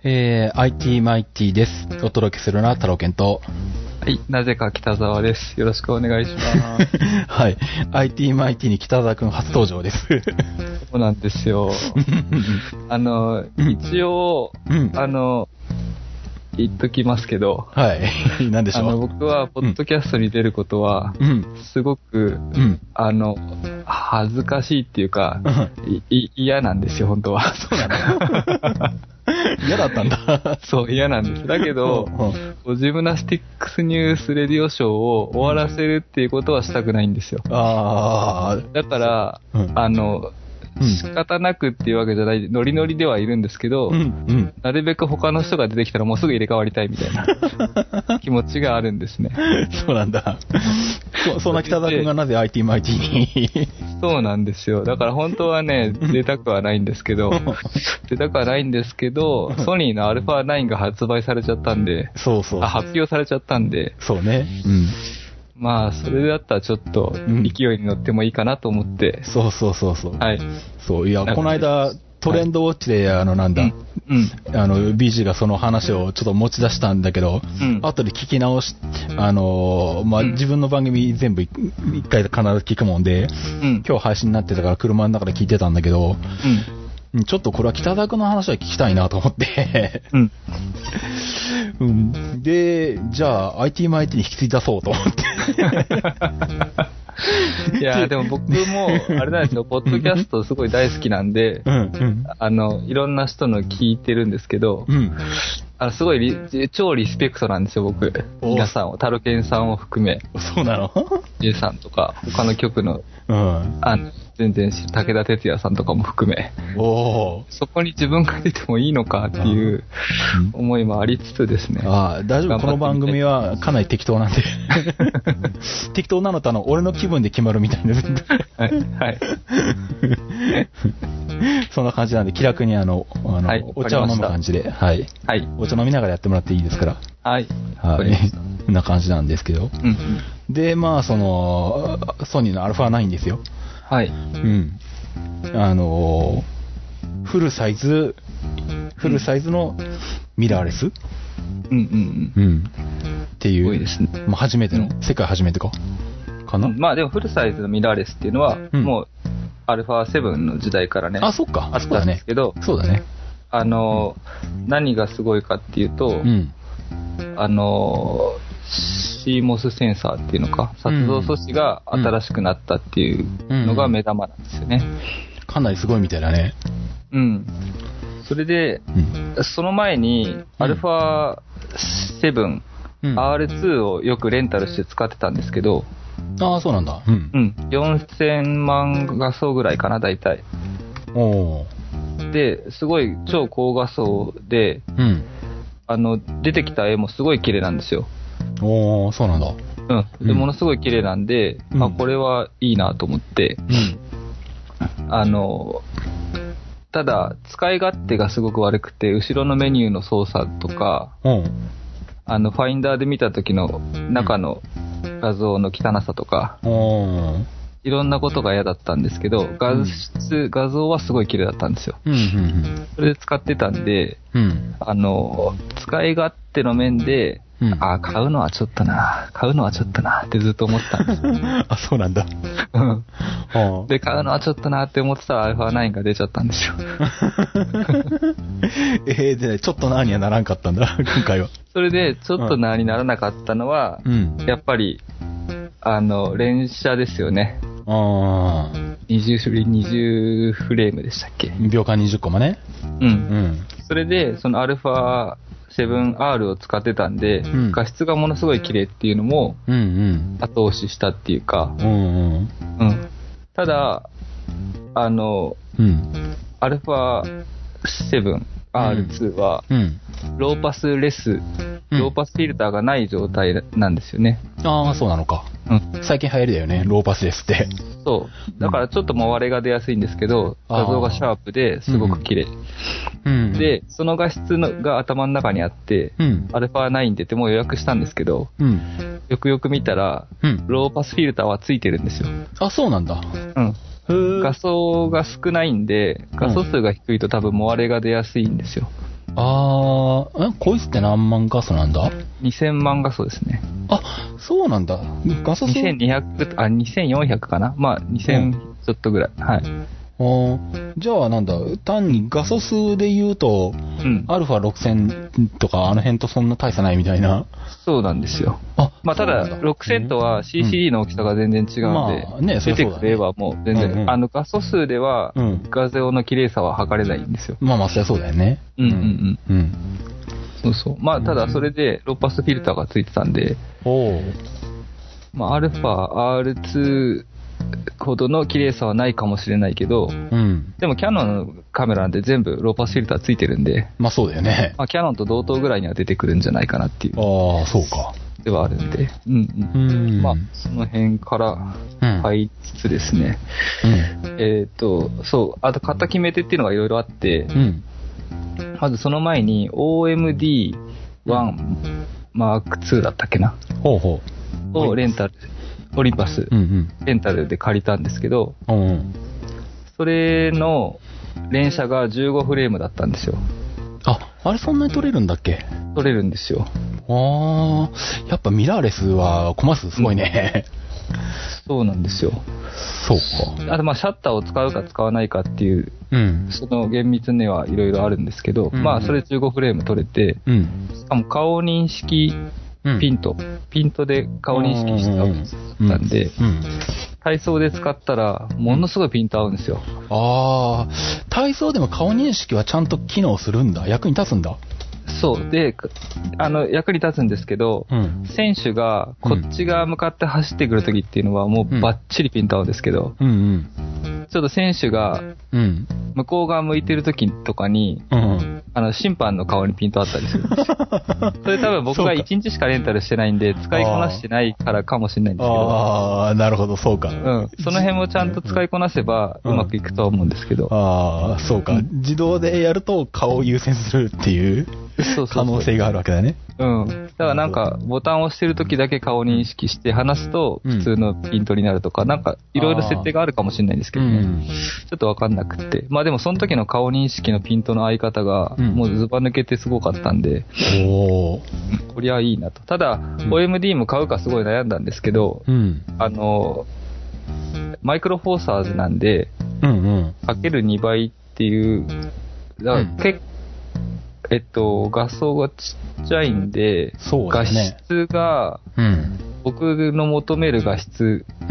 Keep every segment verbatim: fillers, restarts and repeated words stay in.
えー、アイティー マイティです。お届けするのは太郎健と、 はい、なぜか北沢です。よろしくお願いします。 はい、アイティー マイティに北沢くん初登場です。 そうなんですよ。あの、一応、うん、あの、言っときますけど、 はい、なんでしょう。 あの、僕は、ポッドキャストに出ることは、うん、すごく、うん、あの、恥ずかしいっていうか、うん、い嫌なんですよ、本当は。 そうなの嫌だったんだ。 そう、嫌なんです。だけど、うん、ジムナスティックスニュースレディオショーを終わらせるっていうことはしたくないんですよ。 ああ。 だから、うん、あの、仕方なくっていうわけじゃない、ノリノリではいるんですけど、うんうん、なるべく他の人が出てきたらもうすぐ入れ替わりたいみたいな気持ちがあるんですね。 そうなんだ。そ, そんな北田君がなぜ アイティー マイティにそうなんですよ。だから本当はね、出たくはないんですけど、出たくはないんですけど、ソニーの アルファナイン が発売されちゃったんで、 そうそうそう、 あ、発表されちゃったんで、 そうね。うん。 まあ、それだったらちょっと勢いに乗ってもいいかなと思って。 うん、そうそうそうそう。 はい。 そう、いや、この間、トレンドウォッチで、あの、なんだ、うんうん、あの、ビージー がその話をちょっと持ち出したんだけど、うん、後で聞き直し、あの、まあ、うん、自分の番組全部一回必ず聞くもんで、うん、今日配信になってたから車の中で聞いてたんだけど、うん、ちょっとこれは北田君の話は聞きたいなと思って、うんうん、で、じゃあ アイティー マイティに引き継いだそうと思って。 いやでも僕もあれなんですよ、ポッドキャストすごい大好きなんで、うんうん、あのいろんな人の聞いてるんですけど、うん、あのすごいリ超リスペクトなんですよ僕。皆さんを、タロケンさんを含め、 そうなの？ J さんとか他の局の、うん、あの全然武田鉄矢さんとかも含め、おそこに自分が出てもいいのかっていう思いもありつつですね。 ああ、大丈夫。この番組はかなり適当なんで適当なのとあの俺の気分で決まるみたいなはい、はい、そんな感じなんで気楽にあのあの、はい、お茶を飲む感じで、はい、はい、お茶飲みながらやってもらっていいですから。 はい、 はい、こんな感じなんですけど、うん、でまあそのソニーの アルファナイン ですよ。 はい。 うん。あのー、フルサイズ、フルサイズのミラーレス、 うんうんうん。うん。 っていう、多いですね。まあ、初めての、うん、世界初めてか。かな、 うん、まあでもフルサイズのミラーレスっていうのは、うん、もう、アルファセブンの時代からね。 あ、そっか。 あったんですけど、 そうだね。 あのー、うん、何がすごいかっていうと、うん、あのー、シーモス センサーっていうのか、撮像素子が新しくなったっていうのが目玉なんですよね。 かなりすごいみたいだね。 うん。それで、うん、その前に、アルファセブン、うん、アールツー をよくレンタルして使ってたんですけど、 ああ、そうなんだ。うん。 うん。よんせんまん画素ぐらいかな、大体。おー。で、すごい超高画素で、うん。あの、出てきた絵もすごい綺麗なんですよ。 おー、そうなんだ。 うん。で、ものすごい綺麗なんで、うん、あ、これはいいなと思って、うん、あの、ただ、使い勝手がすごく悪くて、後ろのメニューの操作とか、うん、あの、ファインダーで見た時の中の画像の汚さとか、うん、いろんなことが嫌だったんですけど、画質、画像はすごい綺麗だったんですよ。うんうんうん、それで使ってたんで、うん、あの、使い勝手の面で、うん、あ、買うのはちょっとな、買うのはちょっとなってずっと思ってたんですよ。 あ、そうなんだ。 で、買うのはちょっとなって思ってたら アルファナイン が出ちゃったんですよ。 えー、で、ね、ちょっとなーにはならんかったんだ、今回は。 それで、ちょっとなーにならなかったのは、うん、やっぱり、あの、連写ですよね。あにじゅうフレにじゅうフレームでしたっけ？ 秒間にじゅっコマね。 うん。うん。それで、その アルファセブンアール を使ってたんで、うん、画質がものすごい綺麗っていうのも、後押ししたっていうか、うんうんうん、ただ、あの、うん、アルファセブンアールツー は、うん、ローパスレス、ローパスフィルターがない状態なんですよね。 ああ、そうなのか。うん、最近流行りだよね、ローパスレスって。 そう。だからちょっとも割れが出やすいんですけど、画像がシャープですごく綺麗。うん、で、その画質のが頭の中にあって、うん、アルファナイン出てもう予約したんですけど、うん、よくよく見たら、うん、ローパスフィルターはついてるんですよ。 あ、そうなんだ。 うん。画素が少ないんで、画素数が低いと多分も割れが出やすいんですよ。 あー、え、こいつって何万画素なんだ？ にせんまん画素ですね。 あ、そうなんだ。画素数？ にせんにひゃく、あ、にせんよんひゃくかな。まあ、にせんちょっとぐらい。はい。 あじゃあなんだ、単に画素数で言うと、うん、アルファろくせんとかあの辺とそんな大差ないみたいな。 そうなんですよ。あ、まあただ、ろくせんとは シーシーディー の大きさが全然違うんで、うんまあね、出てくればもう全然、うんうん、あの画素数では、画像の綺麗さは測れないんですよ。 まあまあそりゃそうだよね。 うんうんうん。うん、そうそう。まあただそれでローパスフィルターがついてたんで、おまあアルファ アールツー、ほどの綺麗さはないかもしれないけど、うん、でもキヤノンのカメラなんて全部ローパスフィルターついてるんで、 まあそうだよね。 まあキヤノンと同等ぐらいには出てくるんじゃないかなっていう。 ああ、そうか。 ではあるんで、うんうん。うんまあその辺から入りつつですね、うん、えっ、ー、と、そう、あと型決め手っていうのがいろいろあって、うん、まずその前に オーエムディーワン マークツー だったっけな。 ほうほう。をレンタル。オリンパス、レンタルで借りたんですけど、うんうん、それの連写がじゅうごフレームだったんですよ。 あ、あれそんなに撮れるんだっけ？ 撮れるんですよ。 ああ、やっぱミラーレスはコマ数すごいね、 うん。そうなんですよ。 そうか。 あとまあシャッターを使うか使わないかっていう、うん、その厳密にはいろいろあるんですけど、うんうん、まあそれじゅうごフレーム撮れて、うん、しかも顔認識ピント、うん、ピントで顔認識したんで、うんうん、体操で使ったらものすごいピント合うんですよ。 ああ、体操でも顔認識はちゃんと機能するんだ。役に立つんだ。 そうで、あの役に立つんですけど、うん、選手がこっち側向かって走ってくるときっていうのはもうバッチリピント合うんですけど、うんうん、ちょっと選手が向こう側向いてるときとかに、うん、あの審判の顔にピントあったりするんですよ。それ多分僕がいちにちしかレンタルしてないんで使いこなしてないからかもしれないんですけど、 ああ、なるほど、そうか、うん、 その辺もちゃんと使いこなせばうまくいくとは思うんですけど、 うん、ああ、そうか、うん、自動でやると顔を優先するっていう可能性があるわけだね。 うん。だからなんか、ボタンを押してる時だけ顔認識して離すと普通のピントになるとか、うん、なんかいろいろ設定があるかもしれないんですけどね。うん、ちょっとわかんなくって。まあでもその時の顔認識のピントの合い方が、もうズバ抜けてすごかったんで、うん、おこりゃいいなと。ただ、うん、オーエムディー も買うかすごい悩んだんですけど、うん、あの、マイクロフォーサーズなんで、うんうん、かけるにばいっていう、だから結構、えっと、画素がちっちゃいんで、そうだね、画質が、うん、僕の求める画質、うん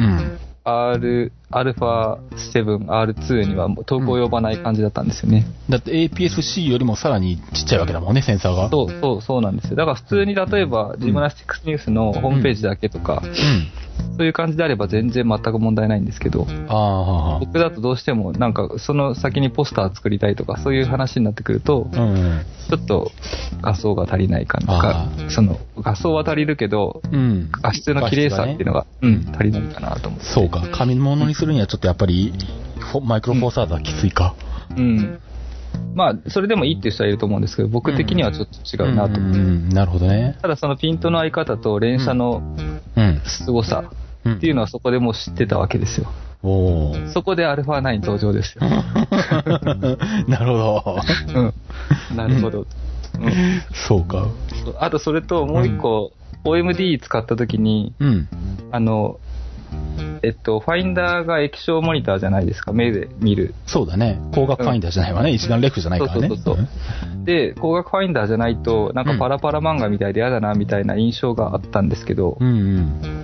、R、アルファセブン、アールツー には遠く及ばない感じだったんですよね。 だって エーピーエスシー よりもさらにちっちゃいわけだもんね、センサーが。 そうそうそうなんですよ。だから普通に例えば、ジムナスティックスニュースのホームページだけとか、うんうん、そういう感じであれば全然全く問題ないんですけど、あ僕だとどうしてもなんかその先にポスター作りたいとかそういう話になってくると、うんうん、ちょっと画素が足りない感とか、その画素は足りるけど、うん、画質の綺麗さっていうのが、ね、うん、足りないかなと思って。 そうか、紙物にするにはちょっとやっぱりマイクロフォーサーズはきついか。 うん、うんまあ、それでもいいっていう人はいると思うんですけど、僕的にはちょっと違うなと思って。うんうん、 なるほどね。 ただそのピントの合い方と連写の凄さっていうのはそこでもう知ってたわけですよ。おそこで アールファナイン 登場ですよ。 なるほど。 うん。なるほど。うん、 そうか。 あとそれともう一個、うん、オーエムディー 使った時に、うん、あの、えっと、ファインダーが液晶モニターじゃないですか、目で見る。 そうだね。光学ファインダーじゃないわね。うん、一眼レフじゃないからね。そうそうそうそう。 で、光学ファインダーじゃないと、なんかパラパラ漫画みたいで嫌だなみたいな印象があったんですけど、うんうん、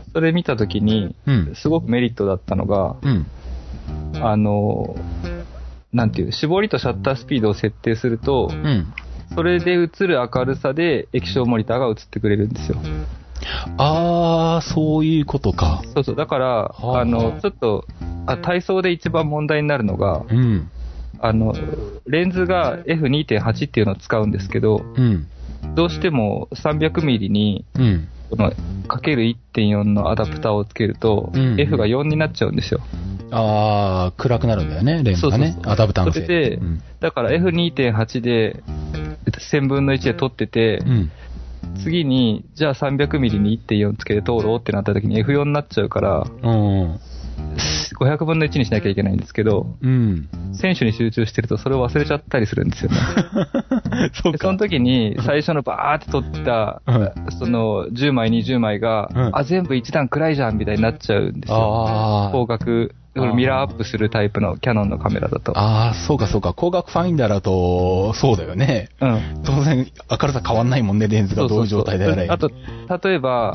それ見たときに、すごくメリットだったのが、うん、あの、なんていう、絞りとシャッタースピードを設定すると、うん、それで映る明るさで液晶モニターが映ってくれるんですよ。 あー、そういうことか。 そうそう。だから、はあ、あの、ちょっと、あ、体操で一番問題になるのが、うん、あの、レンズが エフにてんはち っていうのを使うんですけど、うん、どうしても さんびゃくミリ に、うん、この、かけるいってんよん のアダプターをつけると、うん、F がよんになっちゃうんですよ。 あー、暗くなるんだよね、レンズがね。そうそうそう、アダプターのせい。 それで、うん、だから エフにてんはち で、せんぶんのいちで撮ってて、うん次に、じゃあ さんびゃくミリ に いってんよん つけて通ろうってなった時に エフよん になっちゃうから、うん、 ごひゃくぶんのいちにしなきゃいけないんですけど、うん、選手に集中してるとそれを忘れちゃったりするんですよね。そうか。その時に最初のバーって取った、うん、そのじゅうまいにじゅうまいが、うん、あ、全部一段暗いじゃんみたいになっちゃうんですよ。光学、ミラーアップするタイプのキャノンのカメラだと。 ああ、そうかそうか。光学ファインダーだと、そうだよね。うん。当然明るさ変わんないもんね、レンズがどういう状態であれ。 あと、例えば、うん、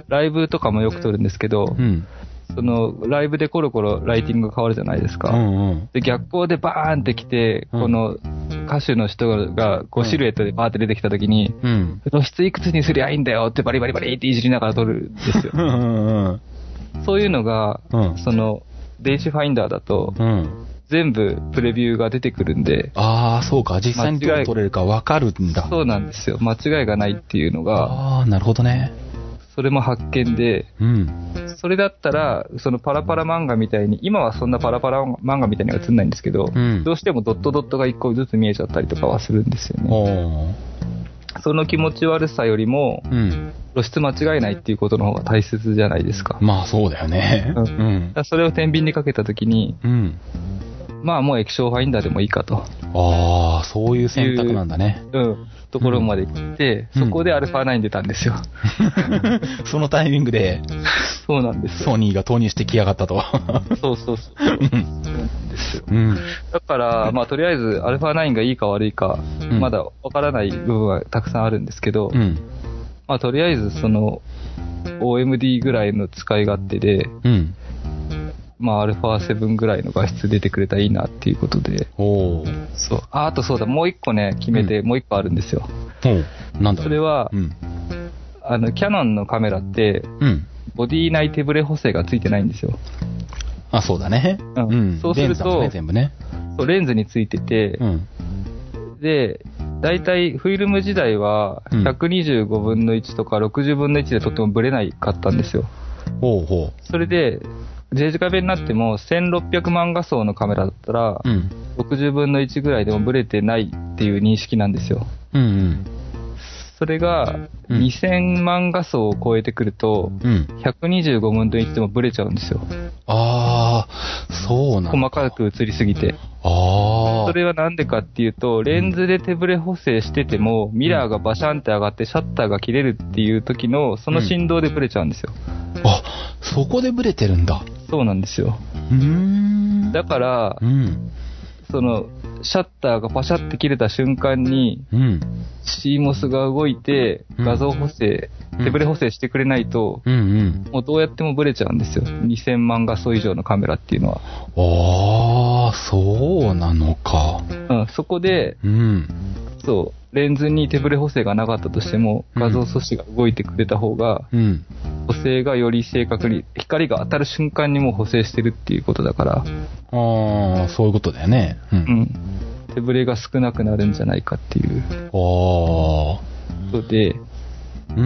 ライブとかもよく撮るんですけど、うん、その、ライブでコロコロライティングが変わるじゃないですか。うんうん、で、逆光でバーンってきて、うん、この歌手の人がこうシルエットでバーって出てきた時に、うん、露出いくつにすりゃいいんだよってバリバリバリっていじりながら撮るんですよ。うんうん、そういうのが、うん、その、電子ファインダーだと、うん、全部プレビューが出てくるんで。 ああ、そうか。実際にどう撮れるか分かるんだ。 そうなんですよ。間違いがないっていうのが。 ああ、なるほどね。 それも発見で、うん、それだったら、そのパラパラ漫画みたいに、今はそんなパラパラ漫画みたいには映んないんですけど、うん、どうしてもドットドットが一個ずつ見えちゃったりとかはするんですよね。その気持ち悪さよりも、うん、露出間違いないっていうことの方が大切じゃないですか。 まあそうだよね。うん、 それを天秤にかけたときに、うん、まあもう液晶ファインダーでもいいかと。 ああ、そういう選択なんだね。 うん。ところまで行って、うん、そこで アルファナイン 出たんですよ。 そのタイミングで、 そうなんですよ。ソニーが投入してきやがったと。 そうそうそう。そうなんですよ。うん、だから、まあとりあえず アルファナイン がいいか悪いか、うん、まだわからない部分はたくさんあるんですけど、うん、まあとりあえずその オーエムディー ぐらいの使い勝手で、うん、まあ、アルファセブン ぐらいの画質出てくれたらいいなっていうことで。おそう。あ、あとそうだ、もう一個ね、決めて、うん、もう一個あるんですよ。 おなんだろう。 それは、うん、あの、キヤノンのカメラって、うん、ボディ内手ブレ補正がついてないんですよ。 あ、そうだね。 うん。うん、そうすると、 ね、全部ね。 そう、レンズについてて、うん、で、だいたいフィルム時代は、ひゃくにじゅうごぶんのいちとかろくじゅうぶんのいちでとってもブレないかったんですよ。 ほうほう。 それで、デジカメになってもせんろっぴゃくまん画素のカメラだったら、うん、ろくじゅうぶんのいちぐらいでもブレてないっていう認識なんですよ。うんうん、それがにせんまん画素を超えてくると、うん、ひゃくにじゅうごぶんのいちでもブレちゃうんですよ。 ああ、そうなんだ。 細かく映りすぎて。ああ。それはなんでかっていうと、レンズで手ブレ補正してても、ミラーがバシャンって上がってシャッターが切れるっていう時の、その振動でブレちゃうんですよ。 うん、あ、そこでブレてるんだ。 そうなんですよ。うーん。だから、うん、その、シャッターがパシャって切れた瞬間に、うん、シーモス が動いて、画像補正、うん、手ブレ補正してくれないと、うんうん、もうどうやってもブレちゃうんですよ。にせんまん画素以上のカメラっていうのは。 ああ、そうなのか。 うん、そこで、うん、そう、レンズに手ブレ補正がなかったとしても、画像素子が動いてくれた方が、うん、補正がより正確に、光が当たる瞬間にもう補正してるっていうことだから。ああ、そういうことだよね。 うん。うん、手ブレが少なくなるんじゃないかっていう。ああ。ことで、うん。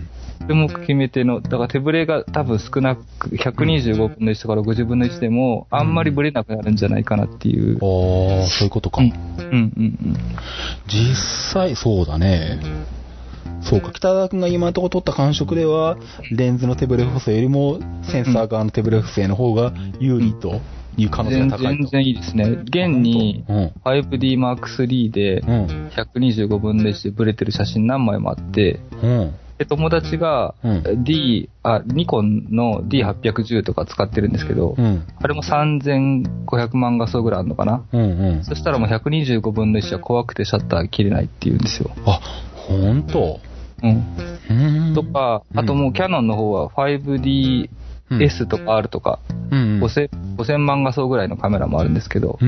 それも決め手の、だから手ブレが多分少なく、ひゃくにじゅうごぶんのいちとかろくじゅうぶんのいちでも、あんまりブレなくなるんじゃないかなっていう。 ああ、そういうことか。うん、うん、うんうん。実際、そうだね。そうか、北田君が今のところ撮った感触では、レンズの手ブレ補正よりも、センサー側の手ブレ補正の方が有利という可能性が高いと。 全然いいですね。現に、ファイブディーマークスリー で、ひゃくにじゅうごぶんのいちでブレてる写真何枚もあって、うんで、友達が D、うん、あ、ニコンの ディーはっぴゃくじゅう とか使ってるんですけど、うん、あれもさんぜんごひゃくまん画素ぐらいあるのかな、うんうん、そしたらもうひゃくにじゅうごぶんのいちは怖くてシャッター切れないって言うんですよ。 あ、ほんと？ うん。とか、あともうキヤノンの方は ファイブディーエス とか R とか、うんうん、ごせんまん画素ぐらいのカメラもあるんですけど、うんうん、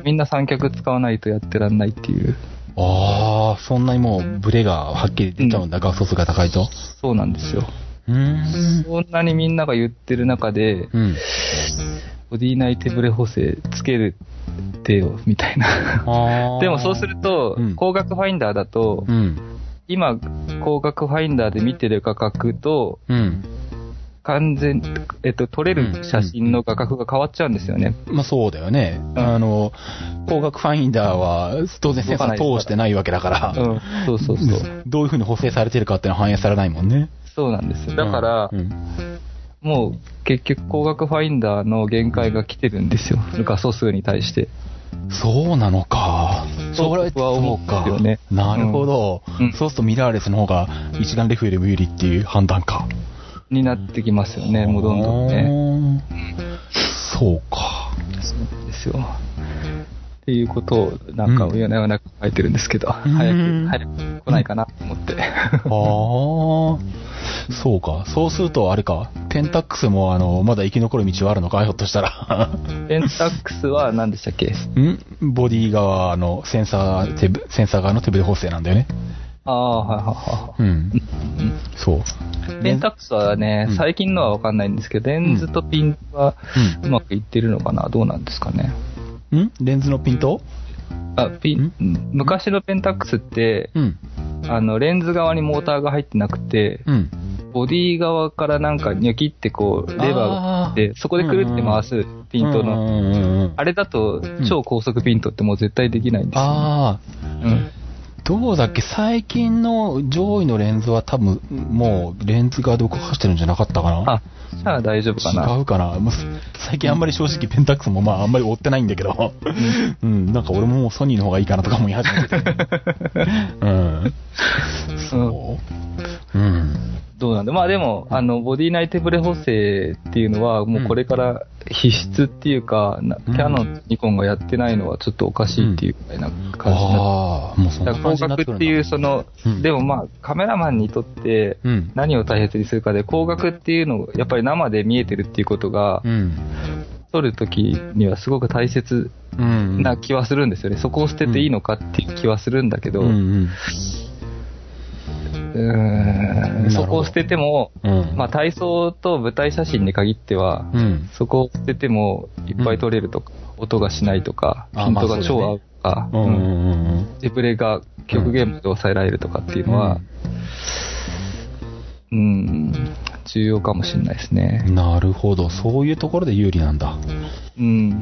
みんな三脚使わないとやってらんないっていう。 ああ、そんなにもうブレがはっきり出ちゃうんだ、うん、画素数が高いと。 そうなんですよ。うーん、そんなにみんなが言ってる中で、うん、ボディ内手ブレ補正つけるってよみたいな。でもそうすると、うん、光学ファインダーだと、うん、今光学ファインダーで見てる画角と、うん完全、えっと、撮れる写真の画角が変わっちゃうんですよね。 うんうん、まあそうだよね。うん、あの、光学ファインダーは当然センサー通してないわけだから。うん、 そうそうそう。 どういう風に補正されてるかっていうのは反映されないもんね。 そうなんですよ。だから、うんうん、 もう結局光学ファインダーの限界が来てるんですよ。画素数に対して。 そうなのか。それはそうか。なるほど、うん。そうするとミラーレスの方が一眼レフよりも有利っていう判断か。 になってきますよね、もうどんどんね。 そうか。 そうですよ。っていうことをなんか夜な夜なく書いてるんですけど、早く早く来ないかなと思って。 ああ、そうか。そうするとあれか、ペンタックスもあのまだ生き残る道はあるのか、ひょっとしたら。 ペンタックスは何でしたっけ？ ん？ボディ側のセンサー手センサー側の手ブレ補正なんだよね。 ああ、はいはいはい。 うん。そう。 ペンタックスはね、うん、最近のはわかんないんですけど、レンズとピンはうまくいってるのかな、どうなんですかね。 ん？レンズのピント？ あ、ピン、昔のペンタックスって、うん、あの、レンズ側にモーターが入ってなくて、うん、ボディ側からなんかニョキってこう、レバーがあって、そこでくるって回すピントの、あれだと超高速ピントってもう絶対できないんですよ、ね。ああ。うん。 どうだっけ、最近の上位のレンズは多分もうレンズ側で動かしてるんじゃなかったかな。 あ、じゃあ大丈夫かな。 違うかな。最近あんまり正直ペンタックスもまああんまり追ってないんだけど、うん、うん、なんか俺ももうソニーの方がいいかなとか思い始めてて。うん。そう。うん。 どうなんで、まあでも、あの、ボディ内手ブレ補正っていうのは、もうこれから必須っていうか、うん、キャノン、ニコンがやってないのはちょっとおかしいっていうぐらいな感じになって、うん、ああ、もうそんな感じになってくるんだ。光学っていう、その、うん、でもまあ、カメラマンにとって何を大切にするかで、光学っていうのをやっぱり生で見えてるっていうことが、うん、撮るときにはすごく大切な気はするんですよね。そこを捨てていいのかっていう気はするんだけど、うんうんうーんそこを捨てても、うん、まあ体操と舞台写真に限っては、うん、そこを捨ててもいっぱい撮れるとか、うん、音がしないとか、ピントが超合うとか、手ブレが極限まで抑えられるとかっていうのは、うん、うん重要かもしれないですね。 なるほど、そういうところで有利なんだ。うん。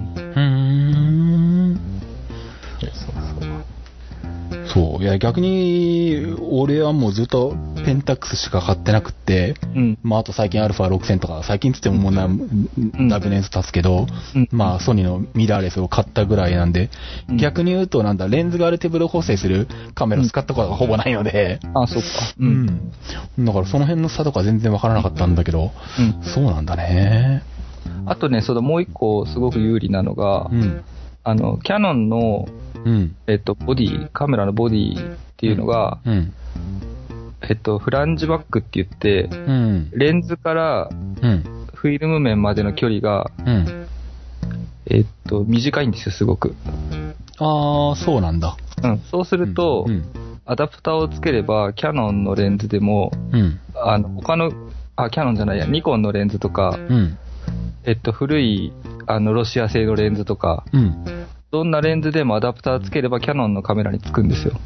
うーん。そうそうそう。そう。いや、逆に、俺はもうずっとペンタックスしか買ってなくって、うん、まあ、あと最近 アルファろくせん とか、最近つってももうな、うん、だいぶ年数経つけど、うん、まあ、ソニーのミラーレスを買ったぐらいなんで、うん、逆に言うと、なんだ、レンズがある手ブレ補正するカメラ使ったことがほぼないので、 うん、あ、そっか。 うん。だからその辺の差とか全然わからなかったんだけど、うん、そうなんだね。 あとね、そのもう一個すごく有利なのが、うん、あの、キヤノンの、うん、えっと、ボディ、カメラのボディっていうのが、うん、えっと、フランジバックって言って、うん、レンズからフィルム面までの距離が、うん、えっと、短いんですよ、すごく。 ああ、そうなんだ。 うん。そうすると、うんうん、アダプターをつければ、キヤノンのレンズでも、うん、あの、他の、あ、キヤノンじゃないや、ニコンのレンズとか、うん、えっと、古い、あの、ロシア製のレンズとか、うん、どんなレンズでもアダプターつければキヤノンのカメラにつくんですよ。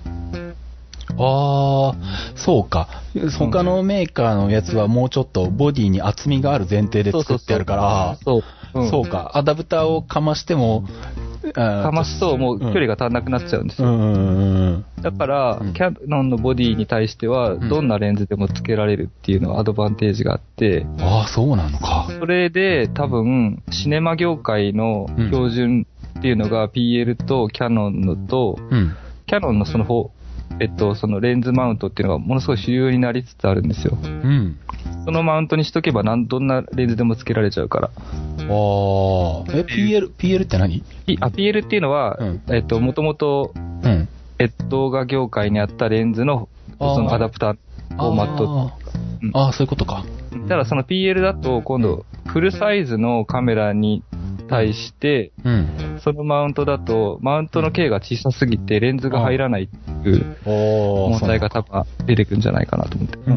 ああ、そうか。他のメーカーのやつはもうちょっとボディに厚みがある前提で作ってあるから、そう、そう、うん、そうか。アダプターをかましても、 かますともう距離が足んなくなっちゃうんですよ。うん、だから、キヤノンのボディに対してはどんなレンズでもつけられるっていうのはアドバンテージがあって、 うん、ああ、そうなのか。 それで多分シネマ業界の標準っていうのが ピーエル とキヤノンのと、うん、キヤノンのその方えっと、そのレンズマウントっていうのがものすごい主流になりつつあるんですよ。うん。そのマウントにしとけばなんどんなレンズでもつけられちゃうから。ああ。 え、ピーエル、ピーエル って何？ あ、ピーエル っていうのは、うん、えっと、もともと、うん。えっと、動画業界にあったレンズの、そのアダプターフォーマット。 うん、ああ、そういうことか。 ただその ピーエル だと今度、フルサイズのカメラに対して、うん、そのマウントだと、マウントの径が小さすぎてレンズが入らないっていう問題が多分出てくるんじゃないかなと思って。うん、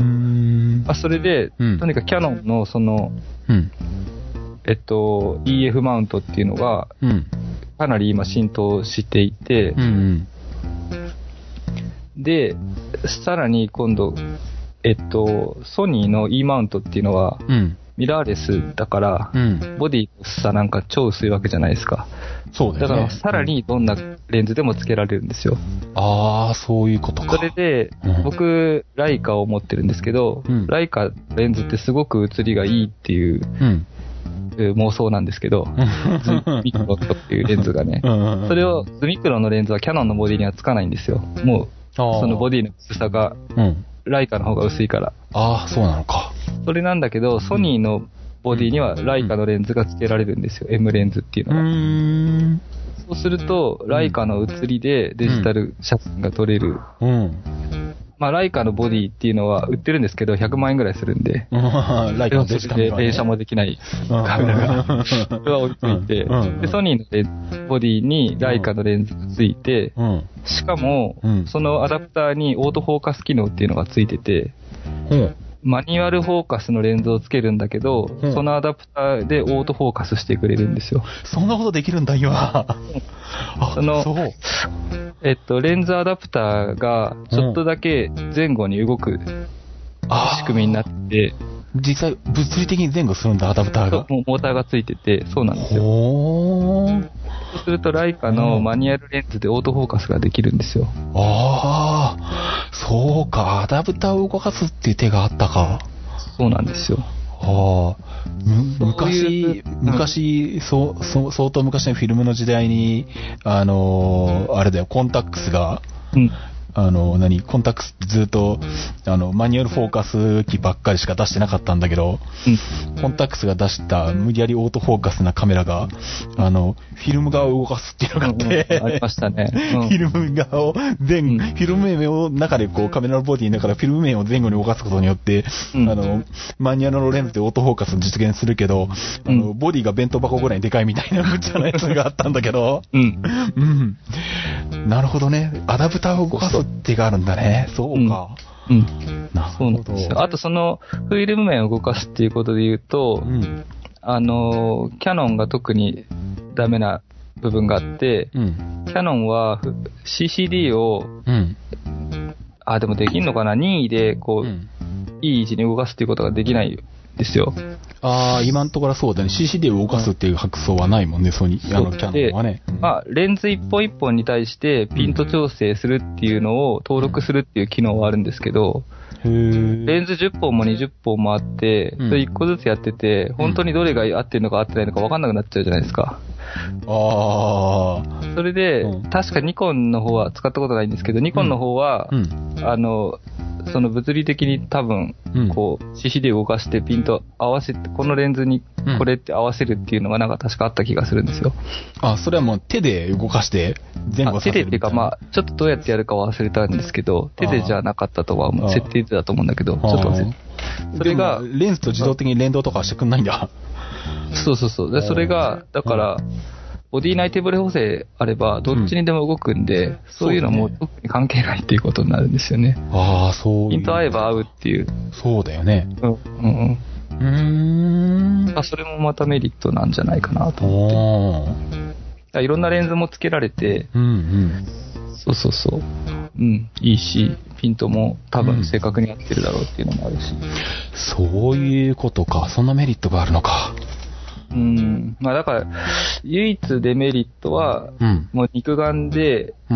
あそれで、うん、とにかくキヤノンのその、うん、えっと、イーエフ マウントっていうのが、うん、かなり今浸透していて、うんうん、で、さらに今度、えっと、ソニーの E マウントっていうのは、うん、ミラーレスだから、うん、ボディの薄さなんか超薄いわけじゃないですか。 そうだよね。 だからさらにどんなレンズでもつけられるんですよ。 ああ、そういうことか。 それで、うん、僕、ライカを持ってるんですけど、うん、ライカレンズってすごく写りがいいっていう、うん妄想なんですけど、ズミクロっていうレンズがね、それを、ズミクロのレンズはキャノンのボディにはつかないんですよ。もう、そのボディの薄さが、ライカの方が薄いから。 ああ、そうなのか。 それなんだけど、ソニーのボディにはライカのレンズがつけられるんですよ。M レンズっていうのが。うーんそうすると、ライカの写りでデジタル写真が撮れる。うんうんまあ、ライカのボディっていうのは売ってるんですけど、ひゃくまんえんぐらいするんで、ライカのデジタルで連写もできないカメラが、それは置いといて、で、ソニーのボディにライカのレンズがついて、しかも、そのアダプターにオートフォーカス機能っていうのがついてて、マニュアルフォーカスのレンズをつけるんだけど、そのアダプターでオートフォーカスしてくれるんですよ。 そんなことできるんだ、今。 その、そうえっと、レンズアダプターがちょっとだけ前後に動く仕組みになってて、 実際物理的に前後するんだ、アダプターが。 モーターがついてて、そうなんですよ。そうするとライカのマニュアルレンズでオートフォーカスができるんですよ。 ああ、そうか、アダプターを動かすっていう手があったか。 そうなんですよ。 ああ、昔、昔、そう、そう、相当昔のフィルムの時代に、あのー、あれだよ、コンタックスが、うん、あの、何、コンタックスってずっと、あの、マニュアルフォーカス機ばっかりしか出してなかったんだけど、うん、コンタックスが出した無理やりオートフォーカスなカメラが、あの、フィルム側を動かすっていうのがあって、 うんうん、ありましたね。 うん、フィルム側を前、うん、フィルム面を中でこうカメラのボディの中でフィルム面を前後に動かすことによって、うん、あの、マニュアルのレンズでオートフォーカスを実現するけど、あの、うん、ボディが弁当箱ぐらいでかいみたいな無茶なやつがあったんだけど、うん。うん。なるほどね。アダプターを動かす手があるんだね。そうか。 うん。うん、なるほど。そうなんですよ。あとその、フィルム面を動かすっていうことで言うと、うん、あの、キャノンが特にダメな部分があって、うん、キャノンは シーシーディー を、うん、あ、でもできんのかな ?任意で、こう、うん、いい位置に動かすっていうことができないですよ。 ああ、今のところはそうだね。シーシーディー を動かすっていう発想はないもんね、ソニー、あの、キャノンはね。 まあ、レンズ一本一本に対してピント調整するっていうのを登録するっていう機能はあるんですけど、レンズじゅっぽんもにじゅっぽんもあって、それいっこずつやってて、本当にどれが合ってるのか合ってないのか分かんなくなっちゃうじゃないですか。ああ。それで、うん、確かニコンの方は使ったことないんですけど、ニコンの方は、うん、あの、その物理的に多分、こう、シーシーディー を動かしてピント合わせて、このレンズにこれって合わせるっていうのがなんか確かあった気がするんですよ。 あ、それはもう手で動かして前後させるみたいな。手でっていうかまあ、ちょっとどうやってやるか忘れたんですけど、手でじゃなかったとはもう設定だと思うんだけど、ちょっと忘れそれが、レンズと自動的に連動とかしてくんないんだ。 そうそうそう。で、それが、だから、ボディ内手ブレ補正あれば、どっちにでも動くんで、うん、そういうのも特に関係ないっていうことになるんですよね。 ああ、そういう。 ピント合えば合うっていう。 そうだよね。うん。うん。 うーん。あ、それもまたメリットなんじゃないかなと思って。いろんなレンズもつけられて、うんうん。そうそうそう。うん、いいし、ピントも多分正確に合ってるだろうっていうのもあるし。うん、 そういうことか。そんなメリットがあるのか。 うん。まあだから、唯一デメリットは、うん、もう肉眼で、うん、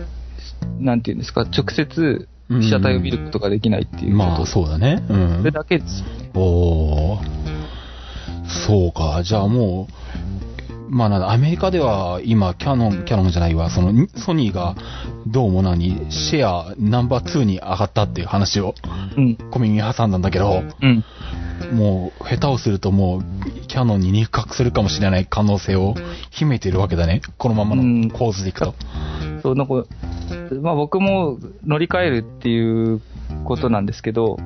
なんていうんですか、直接被写体を見ることができないっていうこと。うん、 まあそうだね。うん。 それだけですよね。 おー。そうか。じゃあもう、まあなんだ、アメリカでは今、キャノン、キャノンじゃないわ、その、ソニーがどうも何、シェアナンバーツーに上がったっていう話を、うん、小耳に挟んだんだけど、うん、もう、下手をするともう、キャノンに肉薄するかもしれない可能性を秘めているわけだね。このままの構図でいくと。 うん、そう、なんか、まあ僕も乗り換えるっていうことなんですけど、うん、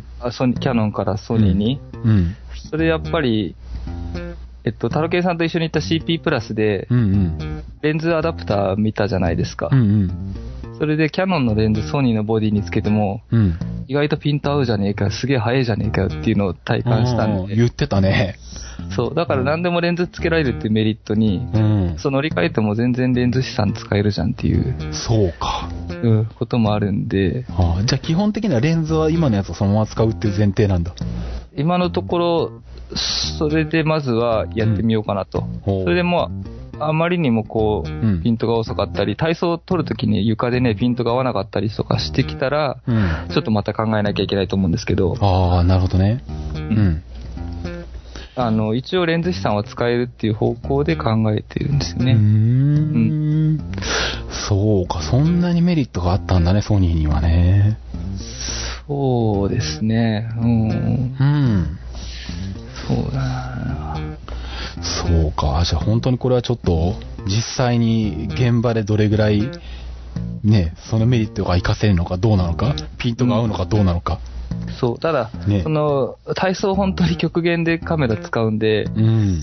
ソニー、キャノンからソニーに、うんうん、それやっぱり、えっと、タロケイさんと一緒に行った シーピー プラスで、うんうん、レンズアダプター見たじゃないですか。うんうん、それでキャノンのレンズソニーのボディにつけても、うん、意外とピント合うじゃねえかよ、すげえ速いじゃねえかよっていうのを体感したんで。 言ってたね。 そう、だから何でもレンズつけられるっていうメリットに、うん、そう乗り換えても全然レンズ資産使えるじゃんっていう。 そうか。 うん、こともあるんで。 はあ、じゃあ基本的にはレンズは今のやつをそのまま使うっていう前提なんだ。 今のところ、それでまずはやってみようかなと。うん、それでもう、 あまりにもこう、うん、ピントが遅かったり、体操を取るときに床でね、ピントが合わなかったりとかしてきたら、うん、ちょっとまた考えなきゃいけないと思うんですけど。 ああ、なるほどね。うん。 あの、一応レンズ飛散は使えるっていう方向で考えてるんですよね。 うーん。うん、そうか、そんなにメリットがあったんだね、ソニーにはね。 そうですね。うん。うん。そうだな。 そうか。じゃあ本当にこれはちょっと実際に現場でどれぐらいね、そのメリットが活かせるのかどうなのか、ピントが合うのかどうなのか。 うん、そう。ただ、ね、その体操本当に極限でカメラ使うんで、うん、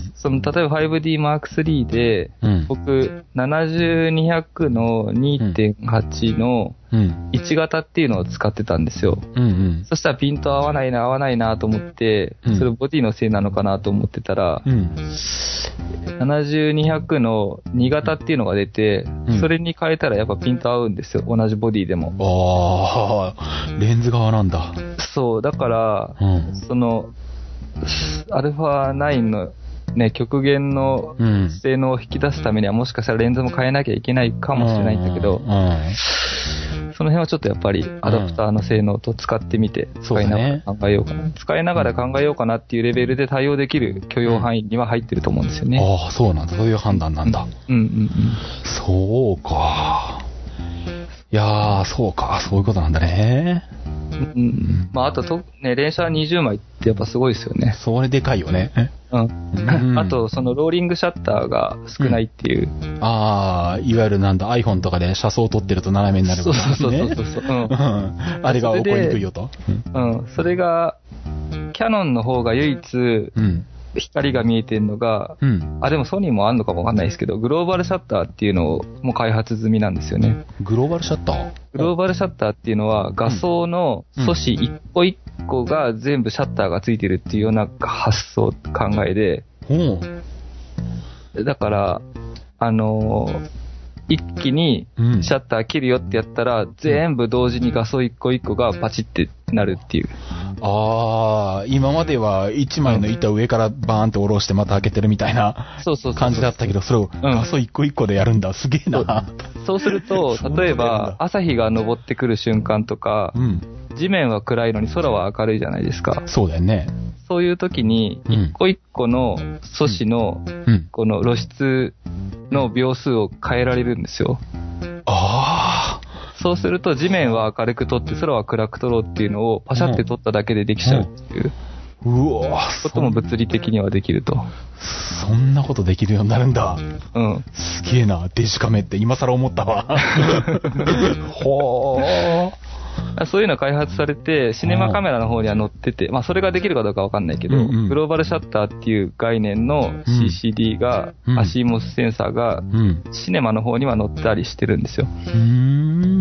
その例えば ファイブディーマークスリー で、うん、僕ななじゅうにひゃくの にてんはち のいち型っていうのを使ってたんですよ。うんうん、そしたらピント合わないな合わないなと思って、うん、それボディのせいなのかなと思ってたら、うん、ななじゅうにひゃくのに型っていうのが出て、うん、それに変えたらやっぱピント合うんですよ。同じボディでも。 ああ、レンズ側なんだ。 そう、だから、うん、その、アルファナインのね、極限の性能を引き出すためにはもしかしたらレンズも変えなきゃいけないかもしれないんだけど、うんうん、その辺はちょっとやっぱりアダプターの性能と使ってみて使いながら考えようかな、うん、使いながら考えようかなっていうレベルで対応できる許容範囲には入ってると思うんですよね。 ああ、そうなんだ。そういう判断なんだ。うんうんうん。そうか。いやー、そうか。そういうことなんだね。 うん。まあ、あとと、ね、連写にじゅうまいってやっぱすごいですよね。 それでかいよね。 うん。うん、あと、そのローリングシャッターが少ないっていう。 うん、ああ、いわゆるなんだ、iPhone とかで車窓撮ってると斜めになるからね。 そうそうそうそうそう。うん。 あれが起こりにくいよと。 うん。それが、キャノンの方が唯一、うん光が見えてるのが、うん、あ、でもソニーもあんのかもわかんないですけど、グローバルシャッターっていうのをもう開発済みなんですよね。 グローバルシャッター？ グローバルシャッターっていうのは画素の素子一個一個が全部シャッターがついてるっていうような発想、考えで、うん、だから、あのー、一気にシャッター切るよってやったら、うん、全部同時に画素一個一個がパチってなるっていう。 ああ、今までは一枚の板を上からバーンって下ろしてまた開けてるみたいな感じだったけど、それを画素一個一個でやるんだ。すげえな。 そうすると、例えば朝日が昇ってくる瞬間とか、うん、地面は暗いのに空は明るいじゃないですか。 そうだよね。 そういう時に、一個一個の素子の、この露出の秒数を変えられるんですよ。 ああ。 そうすると地面は明るく撮って空は暗く撮ろうっていうのをパシャって撮っただけでできちゃうっていう。 うわぁ。 ことも物理的にはできると。 そんなことできるようになるんだ。 うん。 すげえな、デジカメって今更思ったわ。ほー。 そういうの開発されて、シネマカメラの方には載ってて、まあそれができるかどうかわかんないけど、うんうん、グローバルシャッターっていう概念の シーシーディー が、うん、アシーモスセンサーが、シネマの方には載ったりしてるんですよ。うん、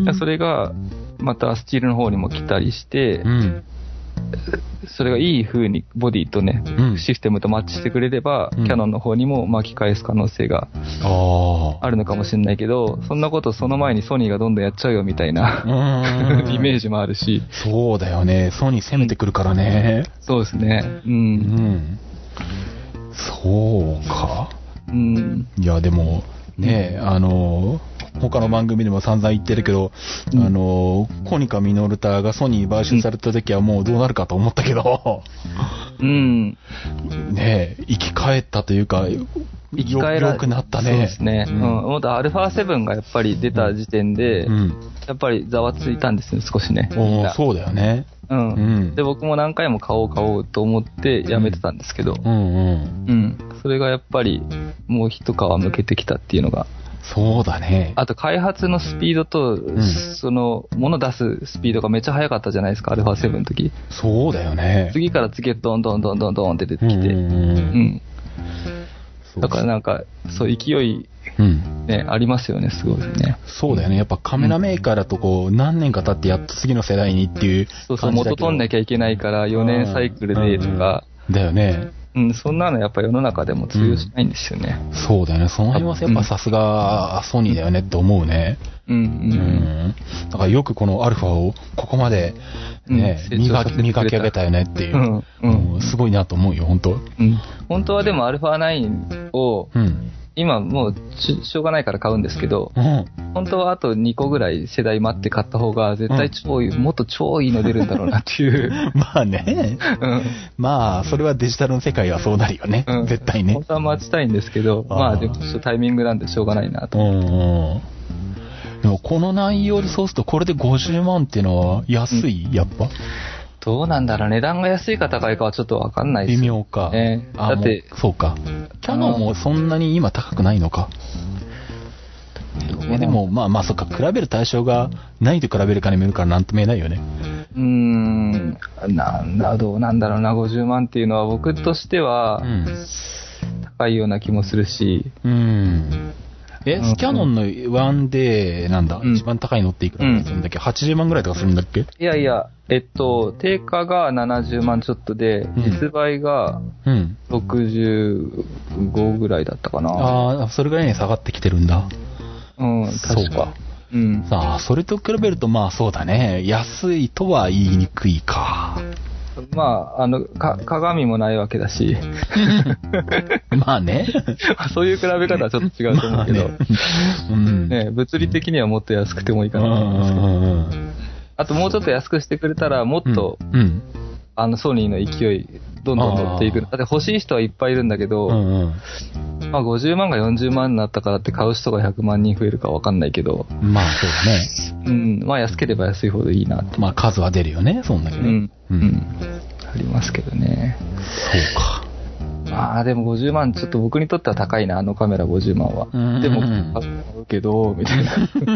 それが、またスチールの方にも来たりして、うん、それがいい風にボディとね、うん、システムとマッチしてくれれば、うん、キャノンの方にも巻き返す可能性があるのかもしれないけど、そんなことその前にソニーがどんどんやっちゃうよみたいなイメージもあるし。 そうだよね。ソニー攻めてくるからね。 そうですね。うん。うん、 そうか。 うん。 いや、でも、ね、あの、他の番組でも散々言ってるけど、うん、あの、コニカミノルタがソニー買収された時はもうどうなるかと思ったけど、 うん。 ねえ、生き返ったというか、 生き返らよくなったね。 そうですね。うん。もっと アルファセブン がやっぱり出た時点で、うん、やっぱりざわついたんですね、少しね。 おそうだよね。 うん。うん。で、僕も何回も買おう買おうと思ってやめてたんですけど、うん、うん、うん。うん。それがやっぱりもう一皮向けてきたっていうのが、 そうだね。 あと開発のスピードと、うん、その、物出すスピードがめっちゃ速かったじゃないですか、アルファセブンの時。 そうだよね。 次から次へどんどんどんどんどんって出てきて。うん、うん。だからなんか、そう勢い、ね、うん、ありますよね、すごいね。 そうだよね。やっぱカメラメーカーだとこう、何年か経ってやっと次の世代にっていう感じだけど。 そうそう、元取んなきゃいけないからよねんサイクルでとか。 うん、だよね。 うん、そんなのやっぱ世の中でも通用しないんですよね。 うん、そうだよね。その辺はやっぱさすがソニーだよねって思うね。うんうん。うん。だからよくこのアルファをここまでね、うん、磨き、磨き上げたよねっていう。うんうん、すごいなと思うよ、本当。 うん。本当はでもアルファナインを、うん、 今もうし、しょうがないから買うんですけど、 うん、 本当はあとにこぐらい世代待って買った方が、絶対超いい、うん、もっと超いいの出るんだろうなっていう。 まあね。うん、まあ、それはデジタルの世界はそうなるよね。うん、絶対ね。 本当は待ちたいんですけど、あまあでもちょっとタイミングなんでしょうがないなと思って。うんうんでもこの内容でそうするとこれでごじゅうまんっていうのは安い、うん、やっぱどうなんだろう、値段が安いか高いかはちょっとわかんないです、ね。 微妙か。 ね、だって、 そうか。キャノンもそんなに今高くないのか。いやでも、まあまあそっか、比べる対象が何と比べるかにもよるからなんとも言えないよね。 うーん、なんだ、どうなんだろうな、ごじゅうまんっていうのは僕としては、高いような気もするし。 うん。え、キャノンの ワンデー なんだ、うん、一番高いのっていくらするんだっけ、うん、はちじゅうまんぐらいとかするんだっけ。 いやいや、えっと、定価がななじゅうまんちょっとで、うん、実売がろくじゅうごぐらいだったかな。 ああ、それぐらいに下がってきてるんだ。 うん、確か。うん。 さあ、それと比べるとまあそうだね。安いとは言いにくいか。 まあ、あの、か、鏡もないわけだし。 まあね。 そういう比べ方はちょっと違うと思うけど。まあねうん、ね、物理的にはもっと安くてもいいかなと思いますけど。あともうちょっと安くしてくれたら、もっと、うんうん、あの、ソニーの勢い、どんどん乗っていく。だって欲しい人はいっぱいいるんだけど、うんうん、まあごじゅうまんがよんじゅうまんになったからって買う人がひゃくまんにん増えるかわかんないけど。 まあそうだね。 うん、まあ安ければ安いほどいいなって。 まあ数は出るよね、そんだけね。うん。 うん。うん、ありますけどね。 そうか。 まあでもごじゅうまんちょっと僕にとっては高いな、あのカメラごじゅうまんは。でも、買うけど、みたいな。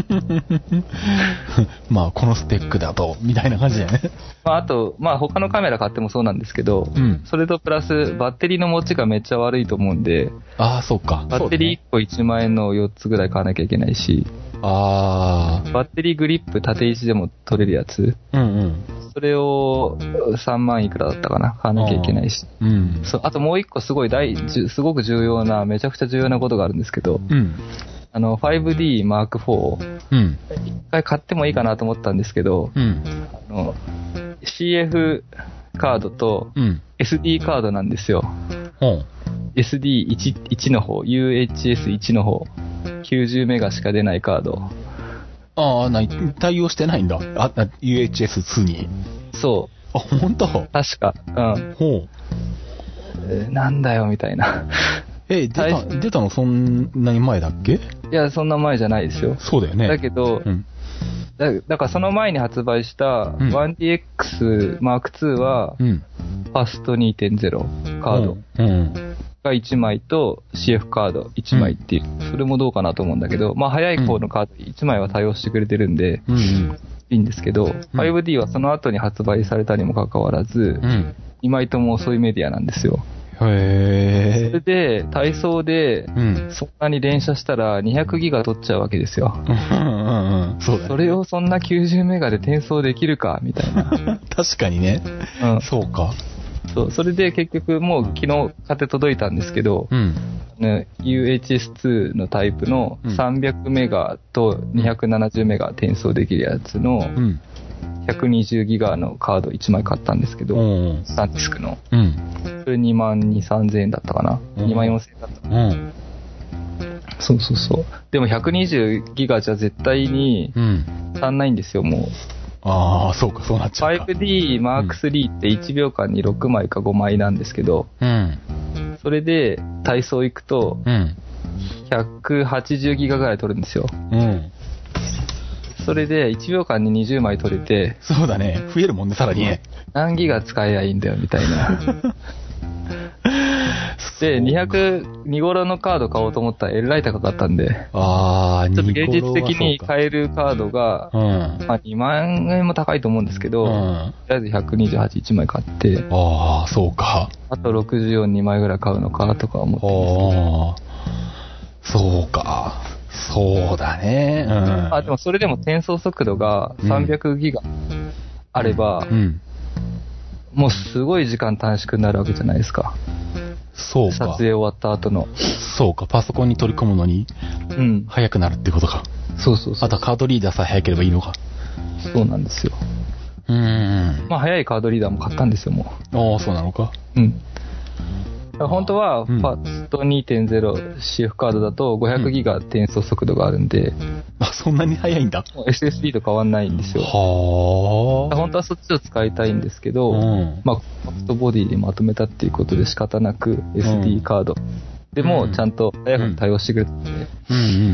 まあこのスペックだと、みたいな感じだよね。 まああと、まあ他のカメラ買ってもそうなんですけど、うん、それとプラスバッテリーの持ちがめっちゃ悪いと思うんで、 ああ、そうか。 バッテリーいっこいちまん円のよっつぐらい買わなきゃいけないし、 あバッテリーグリップ縦位置でも取れるやつ。 うんうん。 それをさんまんいくらだったかな買わなきゃいけないし。 うん。 そう、あともう一個すごい大、すごく重要な、めちゃくちゃ重要なことがあるんですけど、 うん。 あの、ファイブディーマークフォー。うん。一回買ってもいいかなと思ったんですけど、 うん。 あの、シーエフ カードと エスディー カードなんですよ。 うん。 エスディーいち の方、ユーエイチエスいち の方、きゅうじゅうメガしか出ないカード。 ああ、なに、対応してないんだ。あ、ユーエイチエスツー に。 そう。 あ、ほんと？ 確か。うん。 ほう。 えー、なんだよ、みたいな。 え、出た、出たのそんなに前だっけ？いや、そんな前じゃないですよ。 そうだよね。 だけど、うん、だ, だからその前に発売した ワンディーエックスマークツー は、うん、ファスト にてんゼロ カードがいちまいと シーエフ カードいちまいっていう、うん、それもどうかなと思うんだけど、まあ早い方のカードいちまいは対応してくれてるんで、うん、いいんですけど、うん、ファイブディー はその後に発売されたにもかかわらず、うん、にまいとも遅いメディアなんですよ。 へそれで、体操で、そんなに連射したらにひゃくギガ取っちゃうわけですよ。 うんうん、そうだね。 それをそんなきゅうじゅうメガで転送できるか、みたいな。 確かにね。うん。そうか。 そう、それで結局もう昨日買って届いたんですけど、うん、ね、ユーエイチエスツー のタイプのさんびゃくメガとにひゃくななじゅうメガ転送できるやつの、うんひゃくにじゅうギガのカードいちまい買ったんですけど、サンディスクの。うん、それにまんにせんさんぜんえんだったかな、うん、にまんよんせんえんだったかな、うん、そうそうそう。でもひゃくにじゅうギガじゃ絶対に足んないんですよ、もう。 ああ、そうか、そうなっちゃうか。 ファイブディーマークスリー っていちびょうかんにろくまいかごまいなんですけど、うん、それで体操行くと、ひゃくはちじゅうギガぐらい取るんですよ。うんそれでいちびょうかんににじゅうまい取れて、 そうだね。増えるもんね、さらにね。 何ギガ使えばいいんだよ、みたいな。で、にひゃくに頃のカード買おうと思ったらえらい高かったんで、 あー、 ちょっと現実的に買えるカードが、うん、まあにまんえんも高いと思うんですけど、うん、とりあえずひゃくにじゅうはちいちまい買って、 あー、そうか。 あとろくじゅうよんにまいぐらい買うのかとか思ってますけど。そうか。そうだね。うん。 あ、でもそれでも転送速度がさんびゃくギガあれば、うんうん、もうすごい時間短縮になるわけじゃないですか。 そうか。 撮影終わった後の。 そうか。パソコンに取り込むのに、うん。早くなるってことか。 そうそうそう。 あとはカードリーダーさえ早ければいいのか。 そうなんですよ。 うーん。 まあ早いカードリーダーも買ったんですよ、もう。ああ、そうなのか。 うん。 本当は、ファスト にてんゼロ シーエフ カードだとごひゃくギガ転送速度があるんで。うん、 あ、そんなに速いんだ。 エスエスディー と変わんないんですよ。はあ。本当はそっちを使いたいんですけど、うん、まあ、ファストボディでまとめたっていうことで仕方なく エスディー カード。うん、でも、ちゃんと早く対応してくれて、うん、うんうん、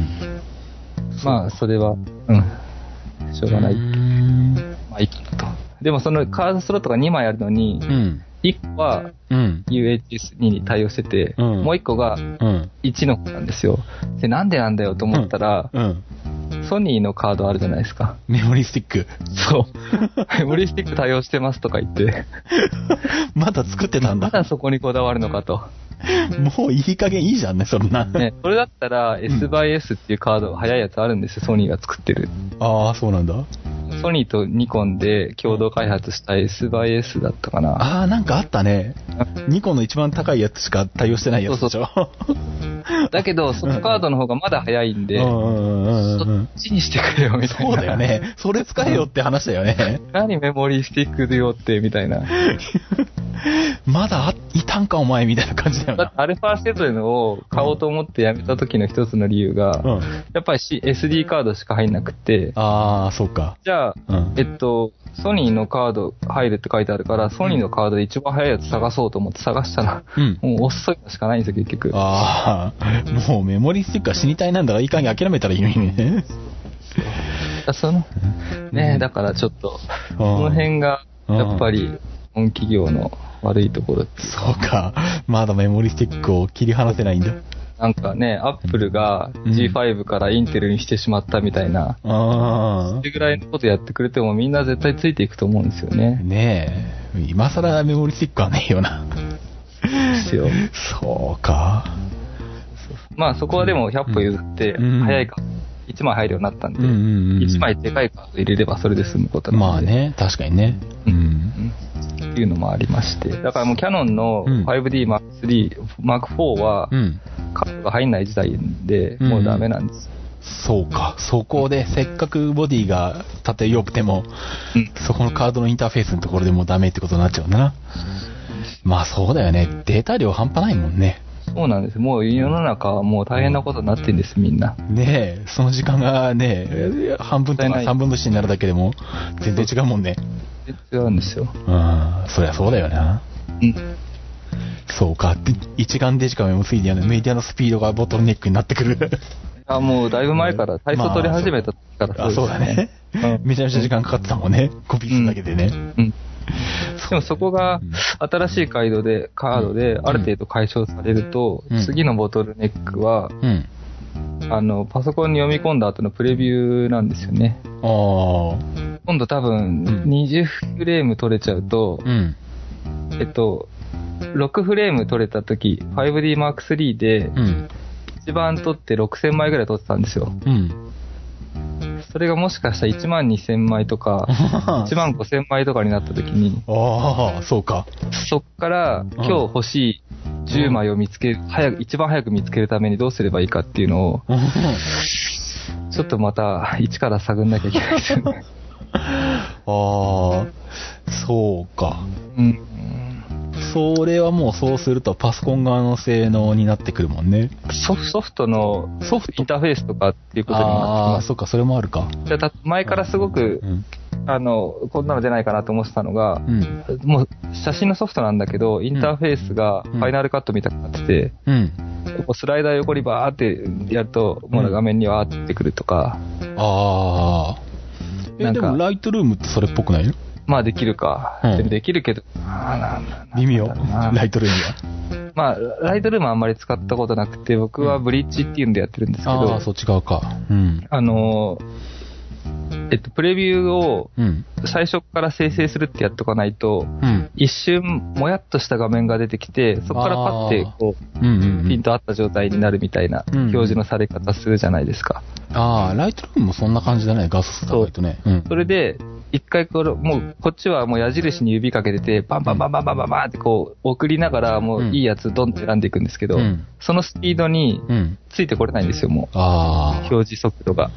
まあ、それは、うん、しょうがない。まあ、いいかなと。でも、そのカードスロットがにまいあるのに、うん、いっこは ユーエイチエスツー に対応してて、うん、もういっこがいちの方なんですよ。で、なんでなんだよと思ったら、うんうん、ソニーのカードあるじゃないですか。 メモリースティック。 そう。メモリースティック対応してますとか言って。 まだ作ってたんだ。 まだそこにこだわるのかと。 もういい加減いいじゃんね、そんな。 ね、それだったら エスバイエス っていうカード、早いやつあるんですよ、ソニーが作ってる。 ああ、そうなんだ。 ソニーとニコンで共同開発した エスバイエス だったかな。 ああ、なんかあったね。ニコンの一番高いやつしか対応してないやつでしょ。そうそうだけど、そのカードの方がまだ早いんで、そっちにしてくれよ、みたいな。 そうだよね。それ使えよって話だよね。 何メモリースティックでよって、みたいな。 まだいたんかお前みたいな感じだよな。 だってアルファセブンを買おうと思ってやめた時の一つの理由が、うん、やっぱり エスディー カードしか入んなくて。 ああ、そうか。 じゃあ、うん、えっと、ソニーのカード入るって書いてあるから、ソニーのカードで一番早いやつ探そうと思って探したら、うん、もう遅いのしかないんですよ、結局。 ああ、もうメモリースティックは死にたいなんだからいい加減諦めたらいいのにね。 その、ねえ、だからちょっと、その辺が、やっぱり、本企業の悪いところって。 そうか。まだメモリースティックを切り離せないんだ。 なんかね、アップルが ジーファイブ からインテルにしてしまったみたいな、うん、それぐらいのことやってくれてもみんな絶対ついていくと思うんですよね。 ねえ、今更メモリースティックはねえよな。 ですよ。 そうか。 まあそこはでもひゃっぽ譲って、早いか、いちまい入るようになったんで、うんうんうん、いちまいでかいカード入れればそれで済むことなんで。 まあね、確かにね。 うん。うんっていうのもありまして。だからもうキャノンの ファイブディーマークスリー、マークフォー は、カードが入んない時代で、もうダメなんです。 うん、そうか。そこで、せっかくボディが縦よくても、うん、そこのカードのインターフェースのところでもうダメってことになっちゃうんだな。まあそうだよね。データ量半端ないもんね。 そうなんです。もう世の中はもう大変なことになってんです、みんな。 ねえ、その時間がね、半分とかさんぶんのいちになるだけでも、全然違うもんね。 全然違うんですよ。 うん、そりゃそうだよな。うん。そうか。一眼デジカメもついてやるメディアのスピードがボトルネックになってくる。 あ、もうだいぶ前から、体操取り始めた時からそうですね。あ、そうだね。めちゃめちゃ時間かかってたもんね。コピーするだけでね。うん。うんでもそこが新しいカードで、カードである程度解消されると、うん、次のボトルネックは、うん、あの、パソコンに読み込んだ後のプレビューなんですよね。あ今度多分にじゅうフレーム取れちゃうと、うん、えっと、ろくフレーム取れた時、ファイブディーマークスリー で、一番取ってろくせんまいぐらい取ってたんですよ。うんそれがもしかしたらいちまんにせんまいとか、いちまんごせんまいとかになった時に、 ああ、そうか。 そっから今日欲しいじゅうまいを見つける、早く、一番早く見つけるためにどうすればいいかっていうのを、ちょっとまた一から探んなきゃいけないですよね。 ああ、そうか。うん。それはもうそうするとパソコン側の性能になってくるもんね。 ソフソフトのソフトインターフェースとかっていうことになってきます。ああ、 そっか、それもあるか。 じゃあ前からすごく、うん、あの、こんなの出ないかなと思ってたのが、うん、もう写真のソフトなんだけど、インターフェースがファイナルカットみたいになってて、うん、こうスライダー横にバーってやると、もう画面にわーってくるとか。 ああ。え、でもライトルームってそれっぽくないの？ まあできるか。うん、でもできるけど。 微妙。ライトルームは。まあ、ライトルームはあんまり使ったことなくて、僕はブリッジっていうんでやってるんですけど。 ああ、そう違うか。うん。 あの、えっと、プレビューを最初から生成するってやっとかないと、うん、一瞬もやっとした画面が出てきて、そこからパッてこう、うんうんうん、ピンと合った状態になるみたいな表示のされ方するじゃないですか。 ああ、ライトルームもそんな感じだね、画素高いとね。 そう。うん、それで、一回これ、もう、こっちはもう矢印に指かけてて、バンバンバンバンバンバンバンってこう、送りながら、もういいやつドンって選んでいくんですけど、うん、そのスピードについてこれないんですよ、もう。ああ。表示速度が。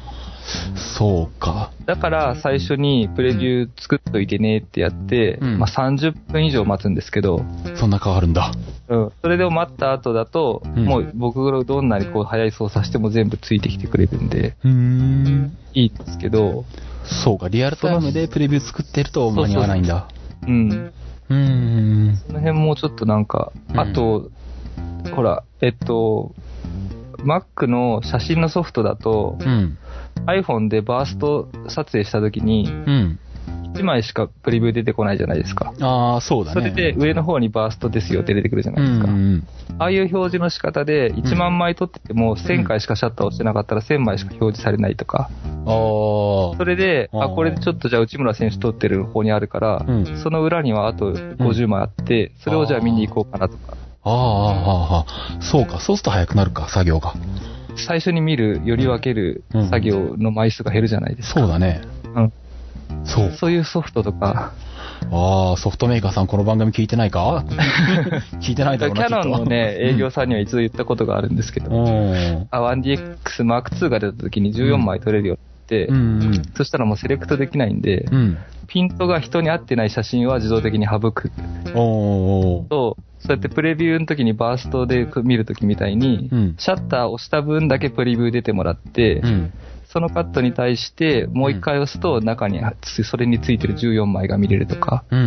そうか。 だから最初にプレビュー作っといてねってやって、うん、まあさんじゅっぷん以上待つんですけど。 そんな変わるんだ。 うん。それでも待った後だと、うん、もう僕がどんなにこう早い操作しても全部ついてきてくれるんで、 うーんいいんですけど。 そうか、リアルタイムでプレビュー作ってると間に合わないんだ。 そうそうそう。うん。 うーん。 その辺もちょっとなんか、あと、うん、ほら、えっと、Mac の写真のソフトだと、うん、iPhone でバースト撮影したときに、うん、いちまいしかプレビュー出てこないじゃないですか。 ああ、そうだね。 それで上の方にバーストですよって出てくるじゃないですか。うんうん、ああいう表示の仕方でいちまんまい撮っててもせんかいしかシャッターをしてなかったらせんまいしか表示されないとか。 あそれで、あ、これでちょっとじゃあ内村選手撮ってる方にあるから、うん、その裏にはあとごじゅうまいあって、それをじゃあ見に行こうかなとか。 ああ、ああ、ああ、そうか。そうすると早くなるか、作業が。 最初に見る、より分ける作業の枚数が減るじゃないですか。 そうだね。 うん。 そう。 そういうソフトとか。 ああ、ソフトメーカーさんこの番組聞いてないか聞いてないだろうな。 キャノンのね、営業さんには一度言ったことがあるんですけど、うん、あ ワンディーエックスマークツー が出た時にじゅうよんまい撮れるよって、うん、そしたらもうセレクトできないんで、うん、ピントが人に合ってない写真は自動的に省く。おーとそうやってプレビューの時にバーストで見る時みたいに、うん、シャッターを押した分だけプレビュー出てもらって、うん、そのカットに対してもう一回押すと中にそれについてるじゅうよんまいが見れるとか、うんうん、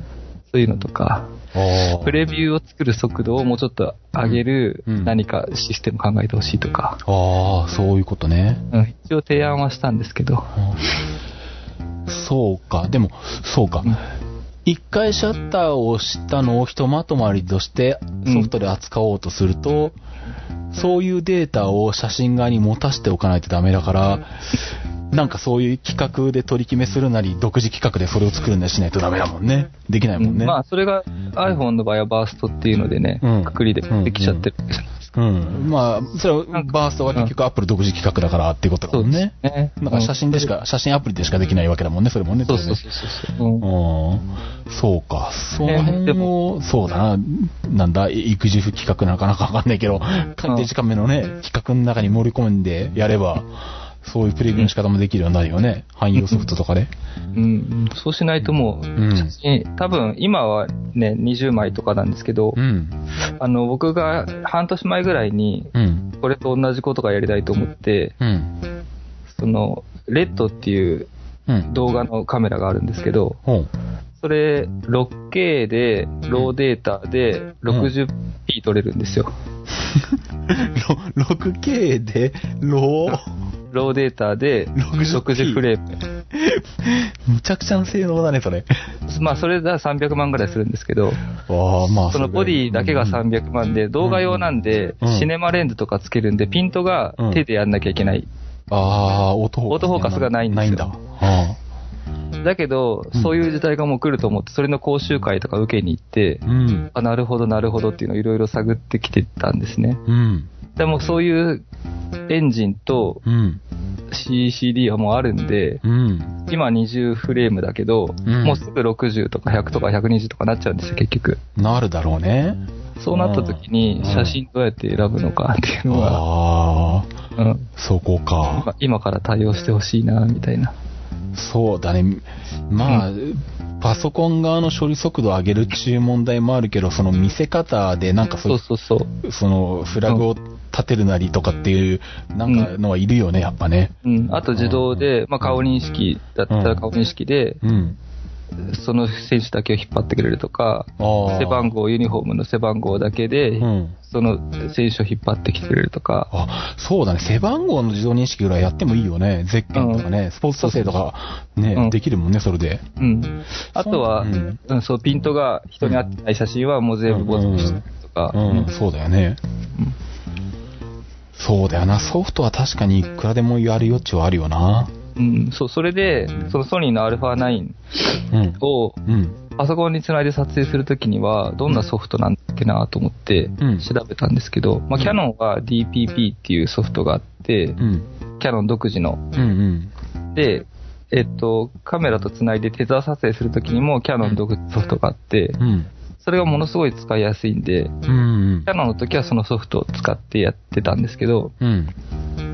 そういうのとか、プレビューを作る速度をもうちょっと上げる何かシステム考えてほしいとか。 ああ、そういうことね。 うん、一応提案はしたんですけど。 そうか、でも、そうか。うん一回シャッターを押したのをひとまとまりとしてソフトで扱おうとすると、うん、そういうデータを写真側に持たせておかないとダメだから、なんかそういう企画で取り決めするなり、独自企画でそれを作るんだしないとダメだもんね。できないもんね。 うん、まあそれが iPhone の場合はバーストっていうのでね、うん、くくりでできちゃってるわけじゃないですか。 うん。まあ、それはバーストは結局 Apple 独自企画だからっていうことだもんね。そうですね。だから写真でしか、写真アプリでしかできないわけだもんね、それもね。 そうそうそうそう。うん。 そうか。その辺も、そうだな。なんだ、育児不企画なかなかわかんないけど、デジカメのね、企画の中に盛り込んでやれば、そういうプレビューの仕方もできるようになるよね。汎用ソフトとかで。 うん。うん、そうしないともう、写真、うん、多分今はね、にじゅうまいとかなんですけど、うん、あの、僕が半年前ぐらいに、これと同じことがやりたいと思って、うん、その、レッドっていう動画のカメラがあるんですけど、うん、それ ろくケー で、ローデータで ろくじゅっピー 撮れるんですよ。 ろくケー で、ローローデータでろくじゅうフレーム。 むちゃくちゃな性能だね、それ。 まあ、それださんびゃくまんぐらいするんですけど、 あまあ、 そのボディだけがさんびゃくまんで、動画用なんで、うん、シネマレンズとかつけるんで、ピントが手でやんなきゃいけない。 うん、ああ、オートフォーカス。 オートフォーカスがないんですよ。 ないんだ。あだけど、そういう時代がもう来ると思って、それの講習会とか受けに行って、うん、あ、なるほど、なるほどっていうのをいろいろ探ってきてたんですね。うん、でもそういうエンジンと シーシーディー はもうあるんで、うん、今にじゅうフレームだけど、うん、もうすぐろくじゅうとかひゃくとかひゃくにじゅうとかなっちゃうんですよ、結局。 なるだろうね。 そうなった時に写真どうやって選ぶのかっていうのは、 うん、そこか。 今、今から対応してほしいな、みたいな。 そうだね。まあ、うん、パソコン側の処理速度を上げるっていう問題もあるけど、その見せ方でなんかそう、 そうそうそう。 そのフラグを立てるなりとかっていう、なんかのはいるよね、やっぱね。 うん。あと自動で、まあ顔認識だったら顔認識で、うん。その選手だけを引っ張ってくれるとか、背番号、ユニフォームの背番号だけで、うん、その選手を引っ張ってきてくれるとか。 あ、そうだね。背番号の自動認識ぐらいやってもいいよね。ゼッケンとかね、うん、スポーツ撮影とかね、うん、できるもんね、それで。 うん。あとは、うんうん、そう、ピントが人に合ってない写真はもう全部ボツにしてとか。 うん、うん、そうだよね。うん、そうだよな。ソフトは確かにいくらでもやる余地はあるよな。 うん、そう、それで、そのソニーの アルファナイン を、パソコンにつないで撮影するときには、どんなソフトなんだっけなと思って調べたんですけど、まあ、キャノンは ディーピーピー っていうソフトがあって、うん、キャノン独自の。うんうん、で、えっと、カメラとつないでテザー撮影するときにもキャノン独自ソフトがあって、うん、それがものすごい使いやすいんで、うんうん、キャノンの時はそのソフトを使ってやってたんですけど、うん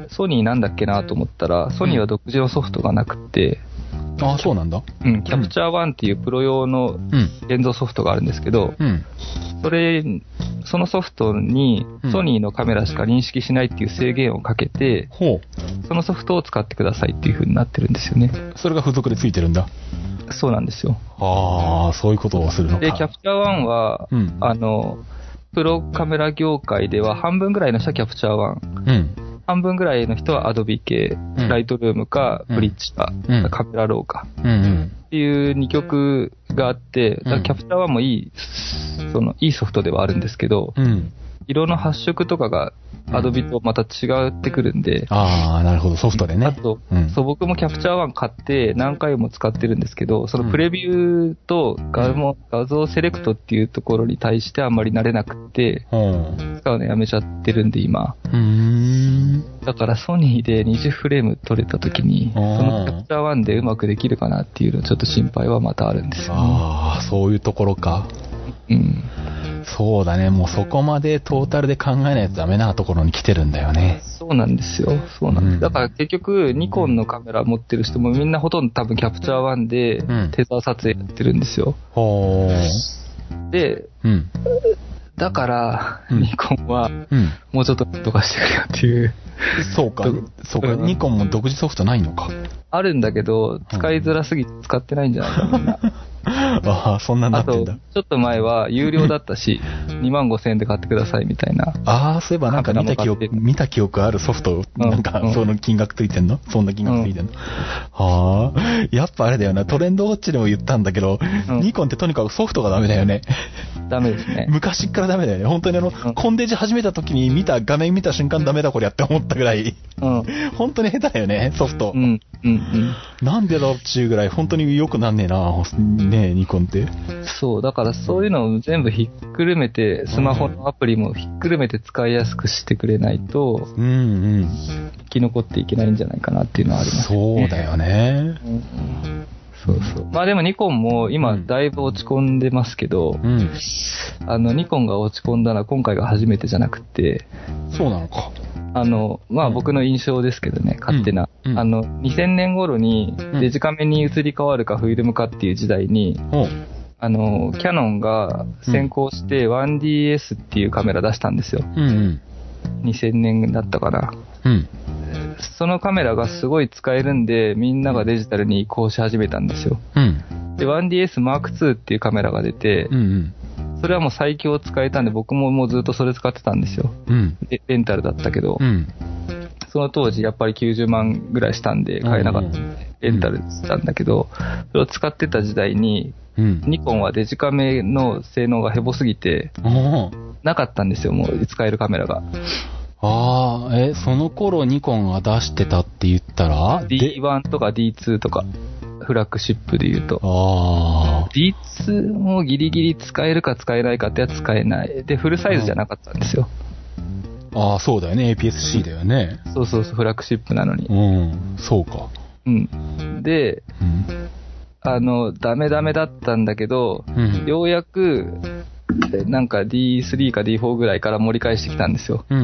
ソニーなんだっけなと思ったら、ソニーは独自のソフトがなくて、 うん、ああ、そうなんだ。 うん、キャプチャーワンっていうプロ用の現像ソフトがあるんですけど、うん、それ、そのソフトにソニーのカメラしか認識しないっていう制限をかけて、うん、そのソフトを使ってくださいっていう風になってるんですよね。 それが付属でついてるんだ。 そうなんですよ。 ああ、そういうことをするのか。 で、キャプチャーワンは、うん、あの、プロカメラ業界では半分ぐらいの人はキャプチャーワン、うん、半分ぐらいの人はアドビ系、うん、ライトルームか、ブリッジか、うん、カメラローか、うんうん、っていうに曲があって、だからキャプチャーワンもいい、その、いいソフトではあるんですけど、うん、色の発色とかがアドビとまた違ってくるんで、 ああ、なるほど、ソフトでね。 あと、うん、そう、僕もキャプチャーワン買って何回も使ってるんですけど、そのプレビューと画も、画像セレクトっていうところに対してあんまり慣れなくて、うん、使うのやめちゃってるんで今。うーん、だからソニーでにじゅうフレーム撮れた時に、そのキャプチャーワンでうまくできるかなっていうのちょっと心配はまたあるんですよね。 ああ、そういうところか。うん。そうだね、もうそこまでトータルで考えないとダメなところに来てるんだよね。 そうなんですよ。そうなんです。うん、だから結局、ニコンのカメラ持ってる人もみんなほとんど多分キャプチャーワンでテザー撮影やってるんですよ。ほー。で、うん、だから、うん、ニコンはもうちょっととかしてくれよっていう。 そうか、そうか、ニコンも独自ソフトないのか。 あるんだけど、使いづらすぎて使ってないんじゃないかな、みんな。 ああ、そんなになってんだ。 あと、ちょっと前は有料だったし、にまんごせんえんで買ってくださいみたいな。 ああ、そういえばなんか見た記憶、見た記憶あるソフト、なんかその金額ついてんの、うん、そんな金額ついてんの、うん、はあ、やっぱあれだよな、トレンドウォッチでも言ったんだけど、うん、ニコンってとにかくソフトがダメだよね。 ダメですね。 昔っからダメだよね。本当にあの、うん、コンデジ始めた時に見た、画面見た瞬間ダメだこりゃって思ったぐらい、うん、本当に下手だよね、ソフト。うん。うんうん、なんでだろうっていうぐらい本当によくなんねえな、ねえ、ニコンって。 そう、だからそういうのを全部ひっくるめて、スマホのアプリもひっくるめて使いやすくしてくれないと、うんうん、生き残っていけないんじゃないかなっていうのはありますね。 そうだよね。 うん、そうそう。まあでもニコンも今だいぶ落ち込んでますけど、うん、あのニコンが落ち込んだのは今回が初めてじゃなくて、 そうなのか。 あの、まあ僕の印象ですけどね、勝手な。うんうん、あの、にせんねん頃にデジカメに移り変わるかフィルムかっていう時代に、うん、あの、キヤノンが先行して ワンディーエス っていうカメラ出したんですよ。うんうん、にせんねんだったかな。うん、そのカメラがすごい使えるんで、みんながデジタルに移行し始めたんですよ。うん、で、ワンディーエスマークツー っていうカメラが出て、うんうん、それはもう最強使えたんで、僕ももうずっとそれ使ってたんですよ。うん、でレンタルだったけど、うん、その当時やっぱりきゅうじゅうまんぐらいしたんで買えなかったんで、レンタルしたんだけど、それを使ってた時代に、うん、ニコンはデジカメの性能がヘボすぎて、なかったんですよ、もう使えるカメラが。 ああ、え、その頃ニコンが出してたって言ったらディーワン とか ディーツー とか。フラッグシップで言うと。あ ディーツー もギリギリ使えるか使えないかってやつ使えない。で、フルサイズじゃなかったんですよ。 ああ、そうだよね。エーピーエスシー だよね。 そうそうそう、フラッグシップなのに。 うん、そうか。 うん。で、うん、あの、ダメダメだったんだけど、うん、ようやく、なんか ディースリー か ディーフォー ぐらいから盛り返してきたんですよ。うんうん、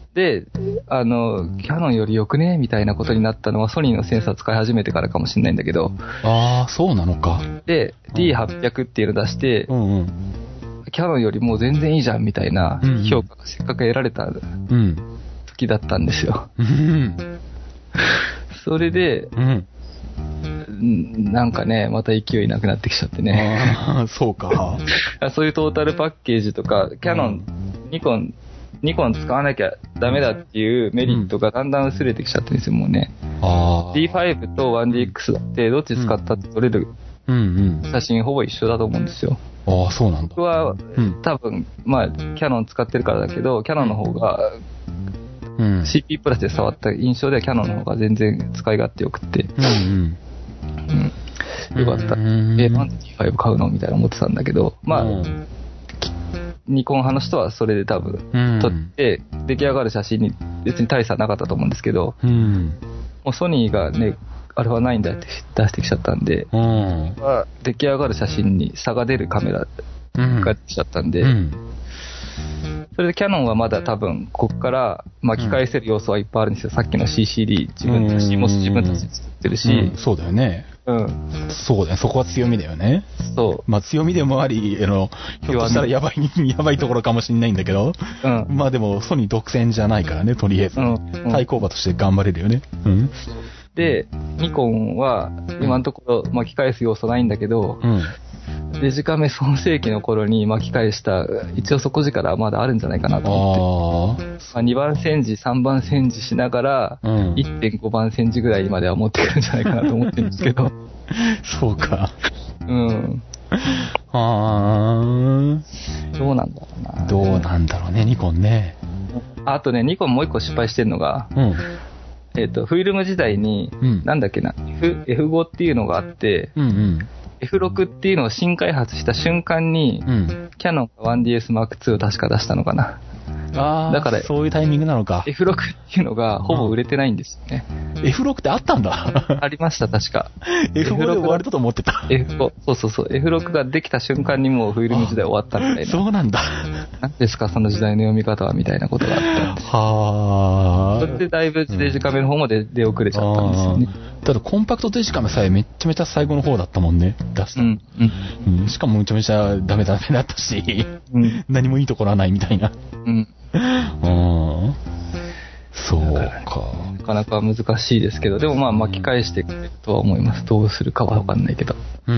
で、あの、キヤノンよりよくねみたいなことになったのはソニーのセンサー使い始めてからかもしれないんだけど。 ああ、そうなのか。 で、ディーはっぴゃく っていうの出して、うんうん、キヤノンよりもう全然いいじゃんみたいな評価がせっかく得られた時だったんですよ。うん、それで、うんなんかね、また勢いなくなってきちゃってね。 あそうか。 そういうトータルパッケージとか、キヤノン、うん、ニコン、ニコン使わなきゃダメだっていうメリットがだんだん薄れてきちゃってるんですよ、もうね。あ ディーファイブ と ワンディーエックス だって、どっち使ったって撮れる写真ほぼ一緒だと思うんですよ。 ああ、そうなんだ。 僕は、うん、多分、まあ、キヤノン使ってるからだけど、キヤノンの方が、うん、シーピー プラスで触った印象ではキヤノンの方が全然使い勝手よくって、うんうんうん、よかった。え、なんで ディーファイブ 買うのみたいな思ってたんだけど、まあ、うん、ニコン派の人はそれで多分、撮って、出来上がる写真に別に大差なかったと思うんですけど、うん、もうソニーがね、アルファナインだって出してきちゃったんで、うん、出来上がる写真に差が出るカメラが出ちゃったんで、うんうん、 それでキャノンはまだ多分、ここから巻き返せる要素はいっぱいあるんですよ。さっきの シーシーディー、自分たちも自分たちで作ってるし、 うん、そうだよね。 うん。 そうだね。そこは強みだよね。 そう。 まあ強みでもあり、あの、ひょっとしたらやばい、やばいところかもしれないんだけど、うん。まあでも、ソニー独占じゃないからね、とりあえず。うん。対抗馬として頑張れるよね。うん。 で、ニコンは、今のところ巻き返す要素ないんだけど、うん。デジカメ創世期の頃に巻き返した、一応底力はまだあるんじゃないかなと思って。あまあ、にばん戦時、さんばん戦時しながら、うん、いってんごばん戦時ぐらいまでは持ってくるんじゃないかなと思ってるんですけど。 そうか。 うん。 あー。 どうなんだろうな。 どうなんだろうね、ニコンね。 あとね、ニコンもう一個失敗してるのが、うん、えっと、フィルム時代に、うん、なんだっけな、F、エフファイブ っていうのがあって、うんうん、エフシックス っていうのを新開発した瞬間に、うん、キャノンが ワンディーエスマークツー を確か出したのかな。 ああ、だからそういうタイミングなのか。 エフシックス っていうのがほぼ売れてないんですよね。 エフシックス ってあったんだ。 ありました、確か。 エフファイブ で終わると思ってた。 エフファイブ、そうそうそう。エフシックス ができた瞬間にもうフィルム時代終わったみたいな。 そうなんだ。 何ですか、その時代の読み方はみたいなことがあったんです。 はあ。 それでだいぶデジカメの方まで出遅れちゃったんですよね。 ただコンパクトデジカメさえめっちゃめちゃ最後の方だったもんね、出した。うんうんうん、しかもめちゃめちゃダメダメだったし、うん、何もいいところはないみたいな。うん。うん。そうか。 なかなか難しいですけど、でもまあ巻き返してくれるとは思います。どうするかはわかんないけど。 うん。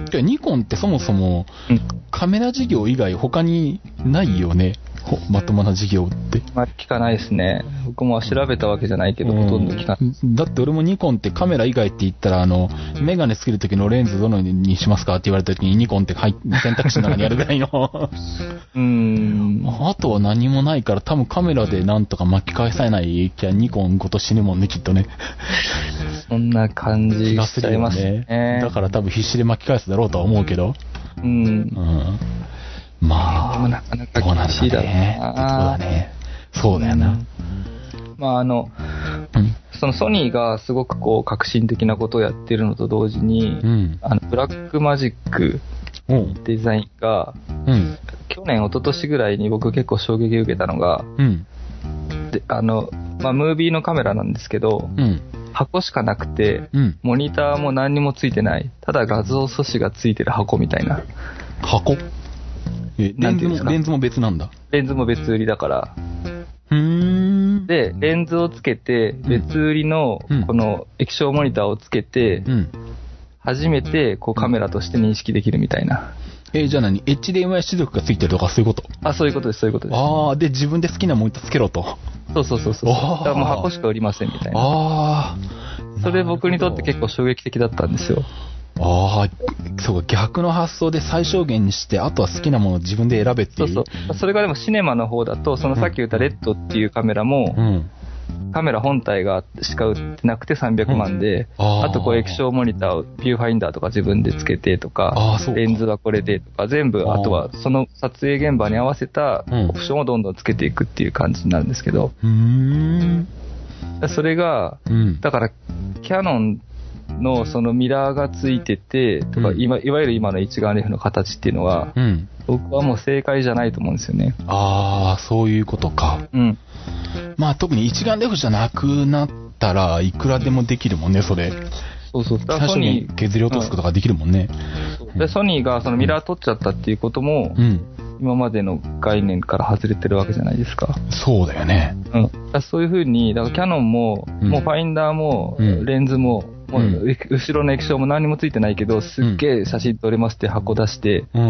でニコンってそもそも、カメラ事業以外他にないよね。まともな事業って。 まあ、聞かないですね。僕も調べたわけじゃないけど、ほとんど聞かない。 だって俺もニコンってカメラ以外って言ったら、あの、メガネつけるときのレンズどのにしますかって言われたときにニコンって選択肢の中にあるぐらいの。 うーん。 あとは何もないから多分カメラでなんとか巻き返さないきゃニコンごと死ぬもんね、きっとね。 そんな感じがしちゃいますね。 だから多分必死で巻き返すだろうとは思うけど。うん。うんまあ、 でもなかなか厳しいだろうな。 そうだね。そうだよな。うん、 まああの、うん、そのソニーがすごくこう革新的なことをやってるのと同時に、うん、あのブラックマジックデザインが、うん、去年一昨年ぐらいに僕結構衝撃を受けたのが、うん、であのまあムービーのカメラなんですけど。うん箱しかなくて、うん、モニターも何にもついてない。ただ画像素子がついてる箱みたいな。 箱えレンズも、レンズも別なんだ。 レンズも別売りだから。うーんで、レンズをつけて、別売りの、この液晶モニターをつけて、うん、初めて、こうカメラとして認識できるみたいな。 えー、じゃあ何 エイチディーエムアイ 出力がついてるとかそういうこと？ あ、そういうことです、そういうことです。 ああ、で、自分で好きなモニターつけろと。 そうそうそうそう。だからもう箱しか売りませんみたいな。ああ。それ僕にとって結構衝撃的だったんですよ。 ああ、そうか、逆の発想で最小限にして、あとは好きなものを自分で選べっていう。 そうそう。それがでもシネマの方だと、そのさっき言ったレッドっていうカメラも、うん、カメラ本体がしか売ってなくてさんびゃくまんで、うん、あ, あとこう液晶モニターをビューファインダーとか自分でつけてとか、レンズはこれでとか、全部、あとはその撮影現場に合わせたオプションをどんどんつけていくっていう感じになるんですけど、うん、それが、うん、だからキャノンのそのミラーがついててとか、うん、今いわゆる今の一眼レフの形っていうのは、うん、僕はもう正解じゃないと思うんですよね。 ああ、そういうことか。うん。まあ特に一眼レフじゃなくなったらいくらでもできるもんね、それ。 そうそう。 最初に削り落とすことができるもんね。 うん、でソニーがそのミラー取っちゃったっていうことも、うん、今までの概念から外れてるわけじゃないですか。 そうだよね。 うん。だそういう風に、だからキャノンも、うん、もうファインダーも、うん、レンズも、もう後ろの液晶も何もついてないけど、すっげえ写真撮れますって箱出して、うんうん、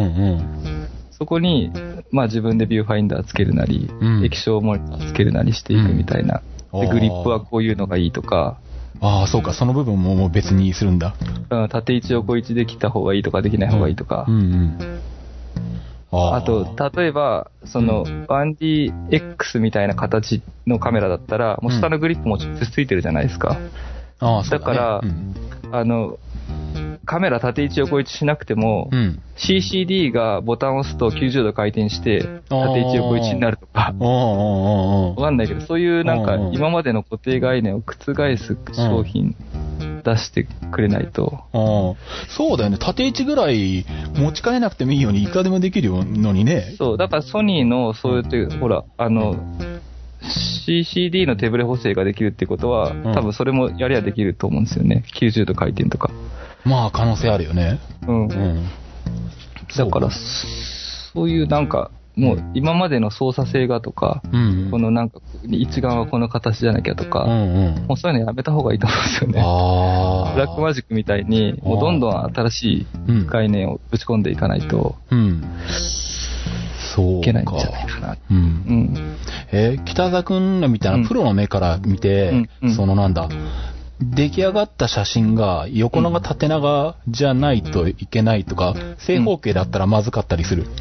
そこに、まあ自分でビューファインダーつけるなり、うん、液晶モニターつけるなりしていくみたいな。うん、で、グリップはこういうのがいいとか。 ああ、そうか、その部分ももう別にするんだ。 うん、縦位置横位置できた方がいいとかできない方がいいとか。うんうんうん、あ, あと、例えば、その、うん、ワンディーエックス みたいな形のカメラだったら、もう下のグリップも直接ついてるじゃないですか。ああ、そうだね。だから、うん、あの、カメラ縦位置横位置しなくても、うん、シーシーディー がボタンを押すときゅうじゅうど回転して縦位置横位置になるとか、わかんないけど、そういうなんか今までの固定概念を覆す商品出してくれないと。 ああ、そうだよね。縦位置ぐらい持ち替えなくてもいいようにいくらでもできるのにね。 そう、だからソニーのそういう、ほら、あの、シーシーディー の手ブレ補正ができるってことは、うん、多分それもやりゃできると思うんですよね。きゅうじゅうど回転とか。 まあ、可能性あるよね。 うん。うん、だから、そういうなんか、もう今までの操作性がとか、うんうん、このなんか一眼はこの形じゃなきゃとか、うんうん、もうそういうのやめた方がいいと思うんですよね。あブラックマジックみたいに、もうどんどん新しい概念をぶち込んでいかないと、うん、いけないんじゃないかな。うんうん、 えー、北田くんみたいなプロの目から見て、うんうん、そのなんだ、出来上がった写真が横長縦長じゃないといけないとか、正方形だったらまずかったりする。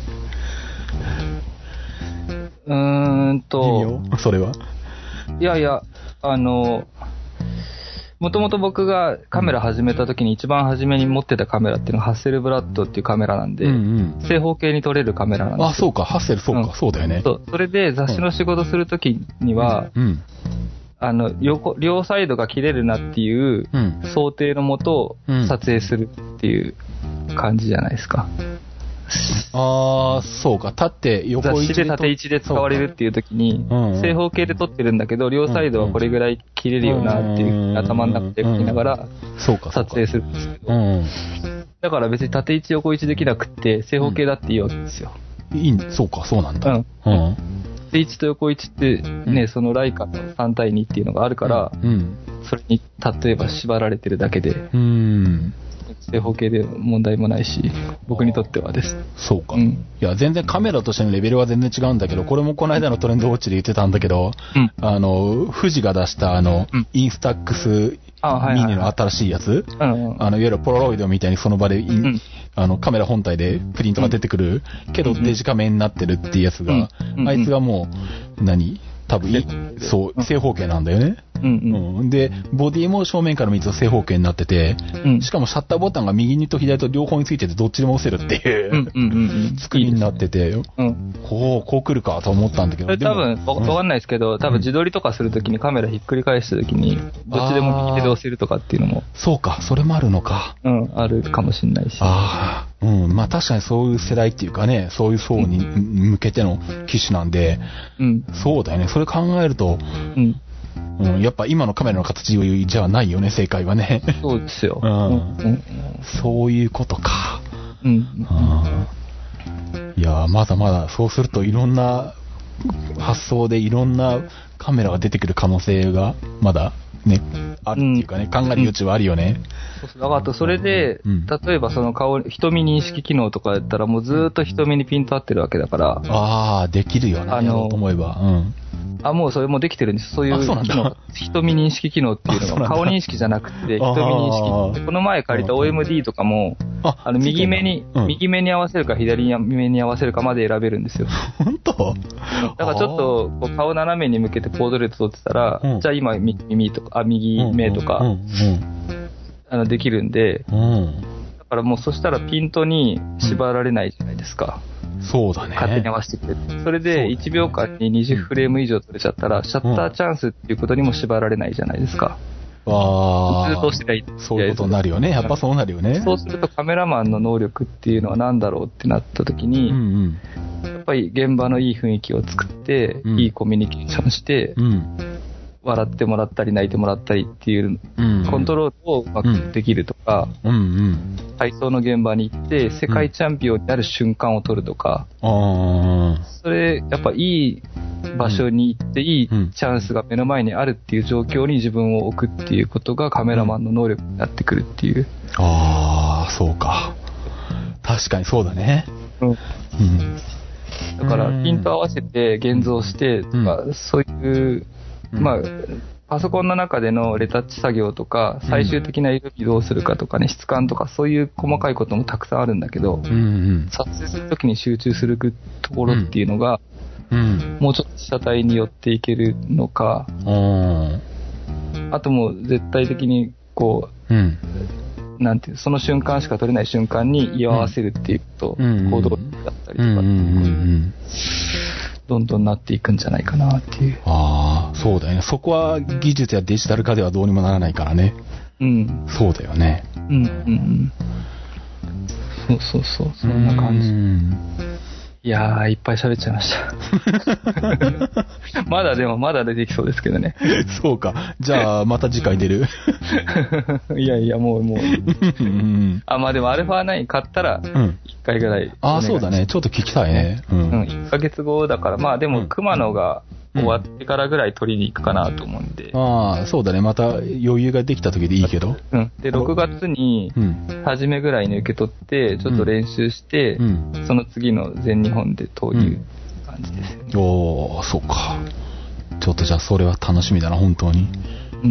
うーんと。 それは。 いやいや、あの、もともと僕がカメラ始めた時に一番初めに持ってたカメラっていうのはハッセルブラッドっていうカメラなんで、うんうん、正方形に撮れるカメラなんですよ。 あ、そうか、ハッセル、そうか、うん、そうだよね。 そう。それで雑誌の仕事する時には、うんうん、あの、横、両サイドが切れるなっていう想定のもと撮影するっていう感じじゃないですか。 ああ、そうか。立って横位置で。雑誌で縦位置で使われるっていう時に、正方形で撮ってるんだけど、両サイドはこれぐらい切れるよなっていう頭の中で書きながら、撮影するんですけど。だから別に縦位置横位置できなくって、正方形だっていいわけですよ。 いい、そうか、そうなんだ。うん。 縦位置と横位置ってね、そのライカのさん対にっていうのがあるから、それに例えば縛られてるだけで、うん正方形で問題もないし、僕にとってはです。 そうか。うん、いや、全然カメラとしてのレベルは全然違うんだけど、これもこの間のトレンドウォッチで言ってたんだけど、うん、あの、富士が出したあの、うん、インスタックスミニの新しいやつ、あの、いわゆるポロロイドみたいにその場でイン、うん、あの、カメラ本体でプリントが出てくる、うん、けどデジカメになってるっていうやつが、うん、あいつがもう、何多分い、そう、正方形なんだよね。うんうん、で、ボディも正面から見ると正方形になってて、うん、しかもシャッターボタンが右にと左と両方についててどっちでも押せるっていう作りになってて、うん、こう、こう来るかと思ったんだけど。 それ多分、わ、うん、かんないですけど、多分自撮りとかするときにカメラひっくり返したときに、どっちでも右手で押せるとかっていうのも。 そうか、それもあるのか。 うん、あるかもしれないし。 ああ、うん、まあ確かにそういう世代っていうかね、そういう層に向けての機種なんで、うん、そうだよね、それ考えると、うんうん、やっぱ今のカメラの形じゃないよね、正解はね。 そうですよ。 うんうん、そういうことか。うん、いや、まだまだそうするといろんな発想でいろんなカメラが出てくる可能性がまだね、あるっていうかね、うん、考える余地はあるよね。 そうそう。だからあとそれで、うん、例えばその顔、瞳認識機能とかやったらもうずーっと瞳にピント合ってるわけだから。 ああ、できるよな、あのやろうと思えば。うん。 あ、もうそれもできてるんです。そういう機能、瞳認識機能っていうのが顔認識じゃなくて、瞳認識。この前借りた オーエムディー とかも、あ, あの右目に、うん、右目に合わせるか左目に合わせるかまで選べるんですよ。 本当？ だからちょっとこう顔斜めに向けてポートレート撮ってたら、うん、じゃあ今耳とか、あ、右目とか、うんうんうん、あのできるんで、うん、だからもうそしたらピントに縛られないじゃないですか。 そうだね。 勝手に合わせてくれて。それでいちびょうかんににじゅうフレーム以上撮れちゃったら、シャッターチャンスっていうことにも縛られないじゃないですか。 ああ。 ずっとしてない。 そういうことになるよね。やっぱそうなるよね。 そうするとカメラマンの能力っていうのは何だろうってなった時に、うんうん、やっぱり現場のいい雰囲気を作って、うん、いいコミュニケーションして、うん笑ってもらったり泣いてもらったりっていうコントロールをうまくできるとか、うんうん、体操の現場に行って世界チャンピオンになる瞬間を撮るとか、うん、それやっぱいい場所に行っていいチャンスが目の前にあるっていう状況に自分を置くっていうことがカメラマンの能力になってくるっていう。 ああ、そうか。確かにそうだね。うん。うんだからピント合わせて現像してとか、うん、そういうまあ、パソコンの中でのレタッチ作業とか、最終的な色味どうするかとかね、質感とか、そういう細かいこともたくさんあるんだけど、うんうん、撮影するときに集中するところっていうのが、うん、もうちょっと被写体に寄っていけるのか、うん、あともう絶対的にこう、うん、なんていう、その瞬間しか撮れない瞬間に居合わせるっていうと、うん、行動だったりとかっていうことどんどんなっていくんじゃないかなっていう。 ああ、そうだよね。そこは技術やデジタル化ではどうにもならないからね。 うん。 そうだよね。 うんうんうん。そうそうそう、そんな感じ。いやー、いっぱい喋っちゃいました。まだでも、まだ出てきそうですけどね。 そうか。じゃあ、また次回出る。 いやいや、もう、もう。あ、まあでも、アルファナイン買ったら、いっかいぐらい、うん。 ああ、そうだね。ちょっと聞きたいね。うん。 うん、いっかげつごだから、まあでも、熊野が終わってからぐらい取りに行くかなと思うんで。 うん、ああ、そうだね。また余裕ができた時でいいけど。 うん。で、ろくがつに、初めぐらいに受け取って、ちょっと練習して、うん、その次の全日本でという感じですよね。 うん、おー、そうか。ちょっとじゃあそれは楽しみだな、本当に。 うん。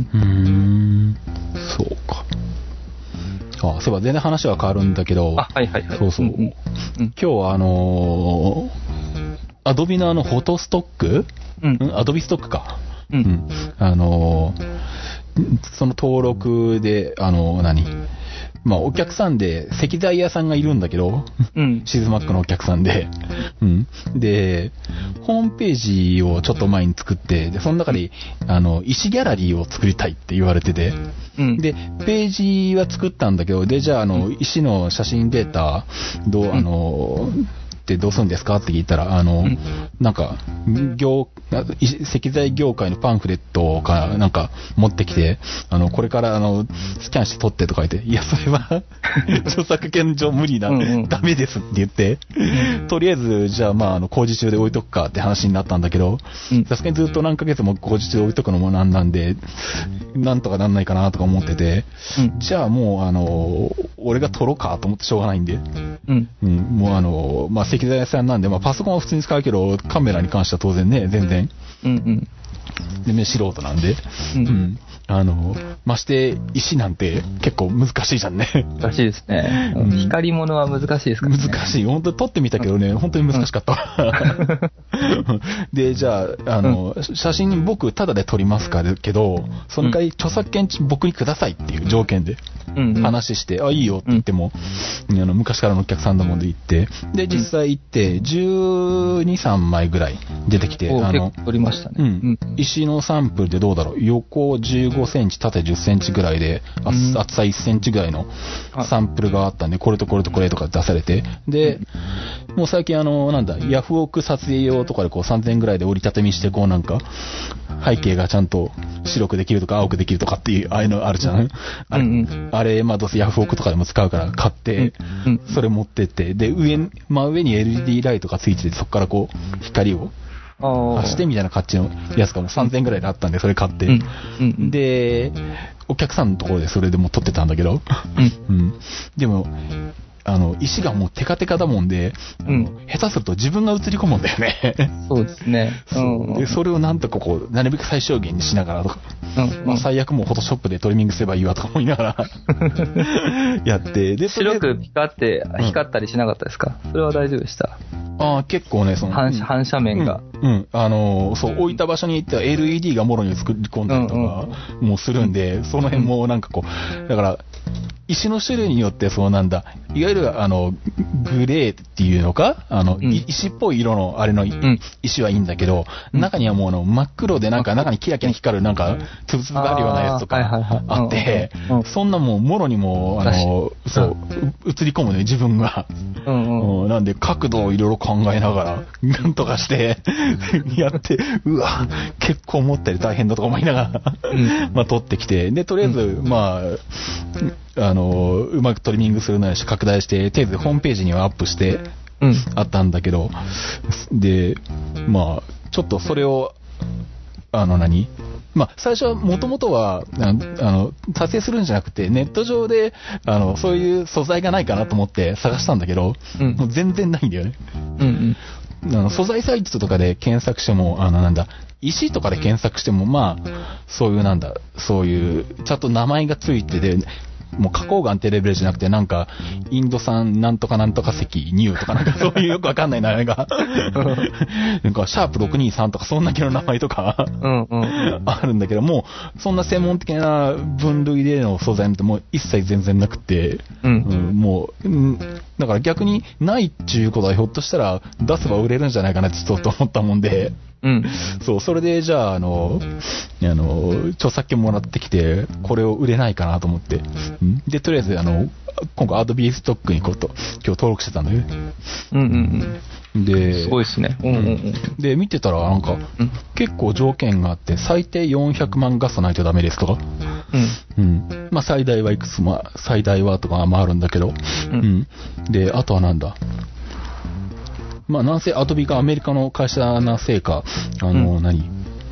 うーん。そうか。あ、そういえば全然話は変わるんだけど。 あ、はいはいはい。 そうそう。うんうん、今日はあのー、アドビのあの、フォトストック、うん、アドビストックか。うん。うん、あのー、その登録で、あのー、何まあ、お客さんで、石材屋さんがいるんだけど、うん、シズマックのお客さんで、うん。で、ホームページをちょっと前に作って、で、その中で、あの、石ギャラリーを作りたいって言われてて、うん、で、ページは作ったんだけど、で、じゃあ、あの、石の写真データ、どう、あの、ってどうするんですかって聞いたら、あの、うん、なんか、業、石材業界のパンフレットかなんか持ってきて、あの、これからあの、スキャンして撮ってとか言って、いや、それは、著作権上無理な、うんうん、ダメですって言って、とりあえず、じゃあまあ、あの、工事中で置いとくかって話になったんだけど、さすがにずっと何ヶ月も工事中で置いとくのもなんなんで、なんとかなんないかなとか思ってて、うん、じゃあもう、あの、俺が撮ろうかと思ってしょうがないんで、うん、うん、もうあの、まあ、石材屋さんなんで、まあ、パソコンは普通に使うけど、カメラに関しては当然ね、全然。うんうん。でね、素人なんで。うん。うん、あの、まして、石なんて結構難しいじゃんね。 難しいですね。うん、光り物は難しいですからね。 難しい。本当に撮ってみたけどね、本当に難しかった。で、じゃあ、あの、うん、写真僕タダで撮りますかけど、その代わり著作権僕にくださいっていう条件で話して、うんうん、あ、いいよって言っても、うん、あの昔からのお客さんだもんで行って、で、実際行って、じゅうに、さんまいぐらい出てきて、 あの、撮りましたね。うん。 石のサンプルでどうだろう、横じゅうごセンチ、縦じゅっセンチぐらいで、うん、厚さいっセンチぐらいのサンプルがあったんで、これとこれとこれとか出されて、で、もう最近あの、なんだ、ヤフオク撮影用とかでこうさんぜんえんぐらいで折りたたみして、こうなんか、背景がちゃんと白くできるとか青くできるとかっていう、ああいうのあるじゃん。あれ、うんうん、あれまあどうせヤフオクとかでも使うから買って、うんうん、それ持ってって、で、上、真上に エルイーディー ライトがついてて、そこからこう、光を、走ってみたいな感じのやつがもうさんぜんえんぐらいであったんで、それ買って。うんうん、で、お客さんのところでそれでも撮ってたんだけど、うん、うん、でも、あの、石がもうテカテカだもんで、うん、下手すると自分が映り込むんだよね。 そうですね。 そう。で、それをなんとかこう、なるべく最小限にしながらとか、うん、まあ最悪もうフォトショップでトリミングすればいいわとか思いながらやって、 で、白くピカって光ったりしなかったですか？うん、それは大丈夫でした？ ああ、結構ね、その反射、反射面が、 うん。うん。あのー、そう、置いた場所に行っては エルイーディー がもろに作り込んだりとかもするんで、うんうん、その辺もなんかこう、だから、石の種類によってそうなんだ、いわゆるあの、グレーっていうのか、あの、うん、石っぽい色のあれの、うん、石はいいんだけど、中にはもうあの、真っ黒でなんか中にキラキラ光るなんか、つぶつぶがあるようなやつとかあって、そんなもうもろにもあの、そう、映り込むね、自分が。うんうん、なんで角度をいろいろ考えながら、なんとかして、やって、うわ、結構思ったより大変だとか思いながら、うん、まあ撮ってきて、で、とりあえず、うん、まあ、あの、うまくトリミングするなりし拡大して、とりあえずホームページにはアップして、うん、あったんだけど、で、まあ、ちょっとそれを、あの何まあ、最初はもともとは、あの、撮影するんじゃなくて、ネット上で、あの、そういう素材がないかなと思って探したんだけど、うん、もう全然ないんだよね。うんうん、あの素材サイトとかで検索しても、あの、なんだ、石とかで検索しても、まあ、そういうなんだ、そういう、ちゃんと名前がついてて、もう花崗岩ってレベルじゃなくて、なんか、インド産なんとかなんとか石乳とかなんかそういうよくわかんない名前が。なんか、シャープろくにさんとかそんな系の名前とかあるんだけど、もう、そんな専門的な分類での素材なんてもう一切全然なくて、うんうん、もう、うん、だから逆にないっていうことはひょっとしたら出せば売れるんじゃないかなってちょっと思ったもんで、 うん。 そう、それで、じゃあ、あの、あの、著作権もらってきて、これを売れないかなと思って。で、とりあえず、あの、今回 Adobe Stock にこうと、今日登録してたんだよね。 うんうんうん。 で、 すごいですね。うんうんうん。 で、見てたら、なんか、うん、結構条件があって、最低よんひゃくまん画素ないとダメですとか。うん。うん。まあ、最大はいくつも、最大はとか、まああるんだけど。うん。うん、で、あとはなんだ。まあ、なんせアドビがアメリカの会社なせいか、あの、うん、何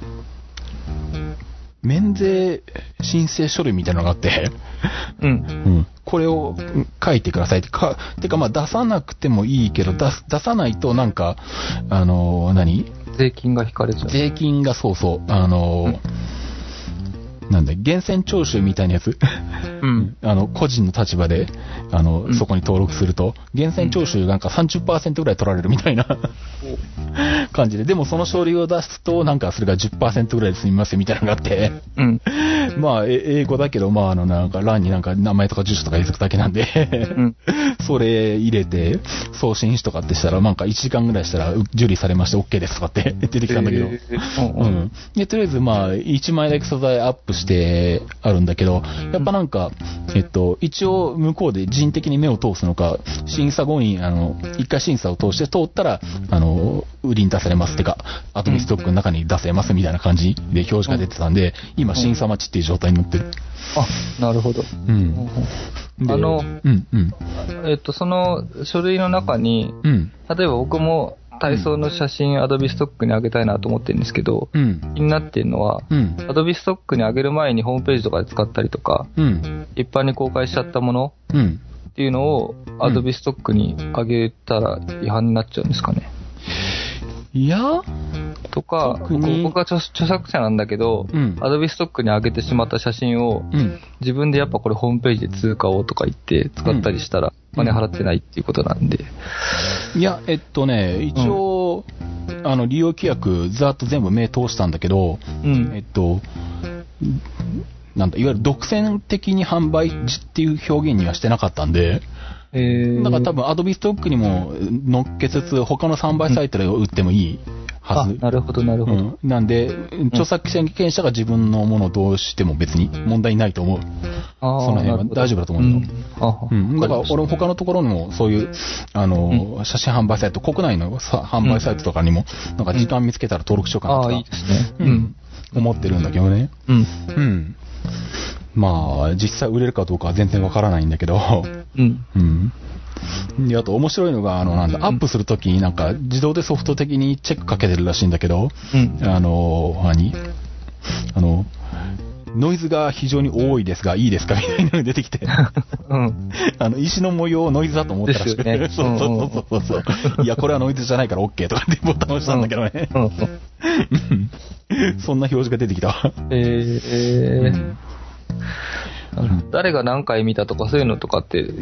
免税申請書類みたいなのがあって、うん。うん。これを書いてくださいってか、てかまあ出さなくてもいいけど、出出さないとなんか、あの、何税金が引かれちゃう。 税金がそうそう、あの、うんなんだ、源泉徴収みたいなやつ、うん、あの、個人の立場で、あの、うん、そこに登録すると、源泉徴収なんか さんじゅっパーセント ぐらい取られるみたいな感じで、でもその書類を出すと、なんかそれが じゅっパーセント ぐらいで済みますよみたいなのがあって、うん、まあ、英語だけど、まあ、あの、なんか欄になんか名前とか住所とか入れとくだけなんで、うん、それ入れて、送信しとかってしたら、なんかいちじかんぐらいしたら、受理されまして OK ですとかって出てきたんだけど、えーうん、で、とりあえずまあ、いちまいだけ素材アップして、してあるんだけど、やっぱなんか、えっと、一応向こうで人的に目を通すのか、審査後に、あの、一回審査を通して通ったら、あの、売りに出されますってか、アトミストックの中に出せますみたいな感じで表示が出てたんで、今審査待ちっていう状態になってる。 あ、なるほど。うん。あの、うんうん、えっと、その書類の中に、うん、例えば僕も、体操の写真、アドビストックに上げたいなと思ってるんですけど、うん、気になってるのは、アドビストックに上げる前にホームページとかで使ったりとか、うん、一般に公開しちゃったもの、うん、っていうのをアドビストックに上げたら違反になっちゃうんですかね。 いやとか、僕が著, 著作者なんだけど、うん、アドビストックに上げてしまった写真を、うん、自分でやっぱこれホームページで通過をとか言って使ったりしたら、お金払ってないっていうことなんで。 いや、えっとね、一応、うん、あの、利用規約ざっと全部目通したんだけど、うん、えっと、なんだ、いわゆる独占的に販売っていう表現にはしてなかったんで、えー、だから多分アドビストックにも乗っけつつ他の販売サイトで売ってもいいはず。 あ、なるほどなるほど。 うん、なんで、著作権者が自分のものをどうしても別に問題ないと思う。あその辺は大丈夫だと思うよ。うん、うん、だから俺他のところにもそういうあの、うん、写真販売サイト、国内の販売サイトとかにもなんか時間見つけたら登録しようかなとか、うん、あいいですね。うん、思ってるんだけどね。うん。うんまあ、実際売れるかどうかは全然わからないんだけど、うん。うん。で、あと面白いのが、あの、なんだ、アップするときになんか自動でソフト的にチェックかけてるらしいんだけど、うん。あの、何あの、ノイズが非常に多いですが、いいですかみたいなのが出てきて、うん。あの、石の模様をノイズだと思ったらしくて、ね、そうそうそうそうそう。いや、これはノイズじゃないから OK とかってボタンを押したんだけどね。うんうん、そんな表示が出てきたわ。えー、えーうん誰が何回見たとかそういうのとかって、うん、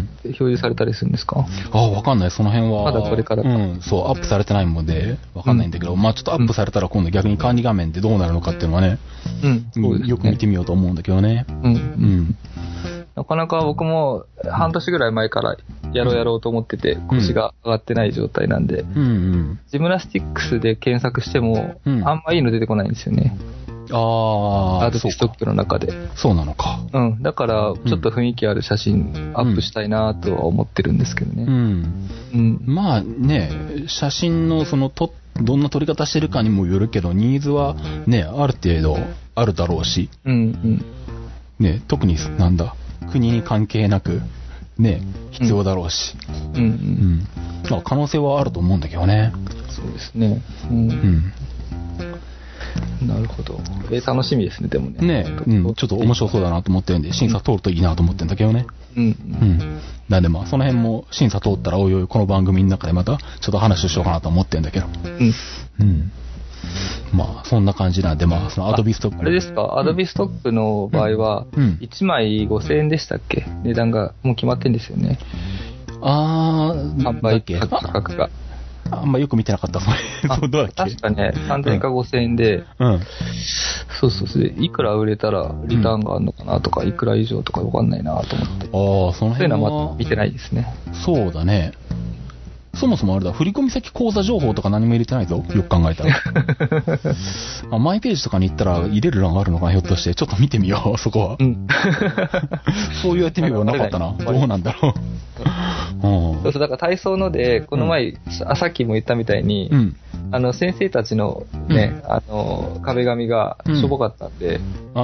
表示されたりするんですか？ ああ、わかんない。その辺は。 まだこれからか。 うん、そう、アップされてないもんで、わかんないんだけど、うん、まあちょっとアップされたら今度逆に管理画面でどうなるのかっていうのはね、うん、そうですね、よく見てみようと思うんだけどね。うん。うん。 なかなか僕も半年ぐらい前からやろうやろうと思ってて、腰が上がってない状態なんで、うんうん、ジムナスティックスで検索しても、あんまいいの出てこないんですよね。ああ、アドビストックの中で。 そうなのか。 うん。だから、ちょっと雰囲気ある写真アップしたいなとは思ってるんですけどね。うん。 うん、まあね、写真のそのと、どんな撮り方してるかにもよるけど、ニーズはね、ある程度あるだろうし。うんうん。ね、特になんだ、国に関係なく、ね、必要だろうし。うん。うん、うん。まあ可能性はあると思うんだけどね。 そうですね。うん。うんなるほど。えー、楽しみですね、でもね。 ねえ、うん、ちょっと面白そうだなと思ってるんで、審査通るといいなと思ってるんだけどね。うん。うん。なんでまあ、その辺も審査通ったら、おいおい、この番組の中でまた、ちょっと話をしようかなと思ってるんだけど。うん。うん。まあ、そんな感じなんで、まあ、そのアドビストック。 あれですか、アドビストックの場合は、いちまいごせんえんでしたっけ？値段がもう決まってんですよね。 あー、 販売価格が。 あんまよく見てなかった、それ。どうだっけ？ 確かね、さんぜんえんかごせんえんで、うん。そうそうそう、いくら売れたらリターンがあるのかなとか、うん、いくら以上とかわかんないなと思って。ああ、その辺は。そういうのはまだ見てないですね。 そうだね。 そもそもあれだ、振込先口座情報とか何も入れてないぞ。よく考えたら。あ、マイページとかに行ったら入れる欄があるのかな、ひょっとして。ちょっと見てみよう、そこは。うん、そう言われてみればなかったな。どうなんだろう。 うん、そうそう、だから体操ので、この前、うん、さっきも言ったみたいに、うん、あの、先生たちのね、うん、あの、壁紙がしょぼかったんで、うん、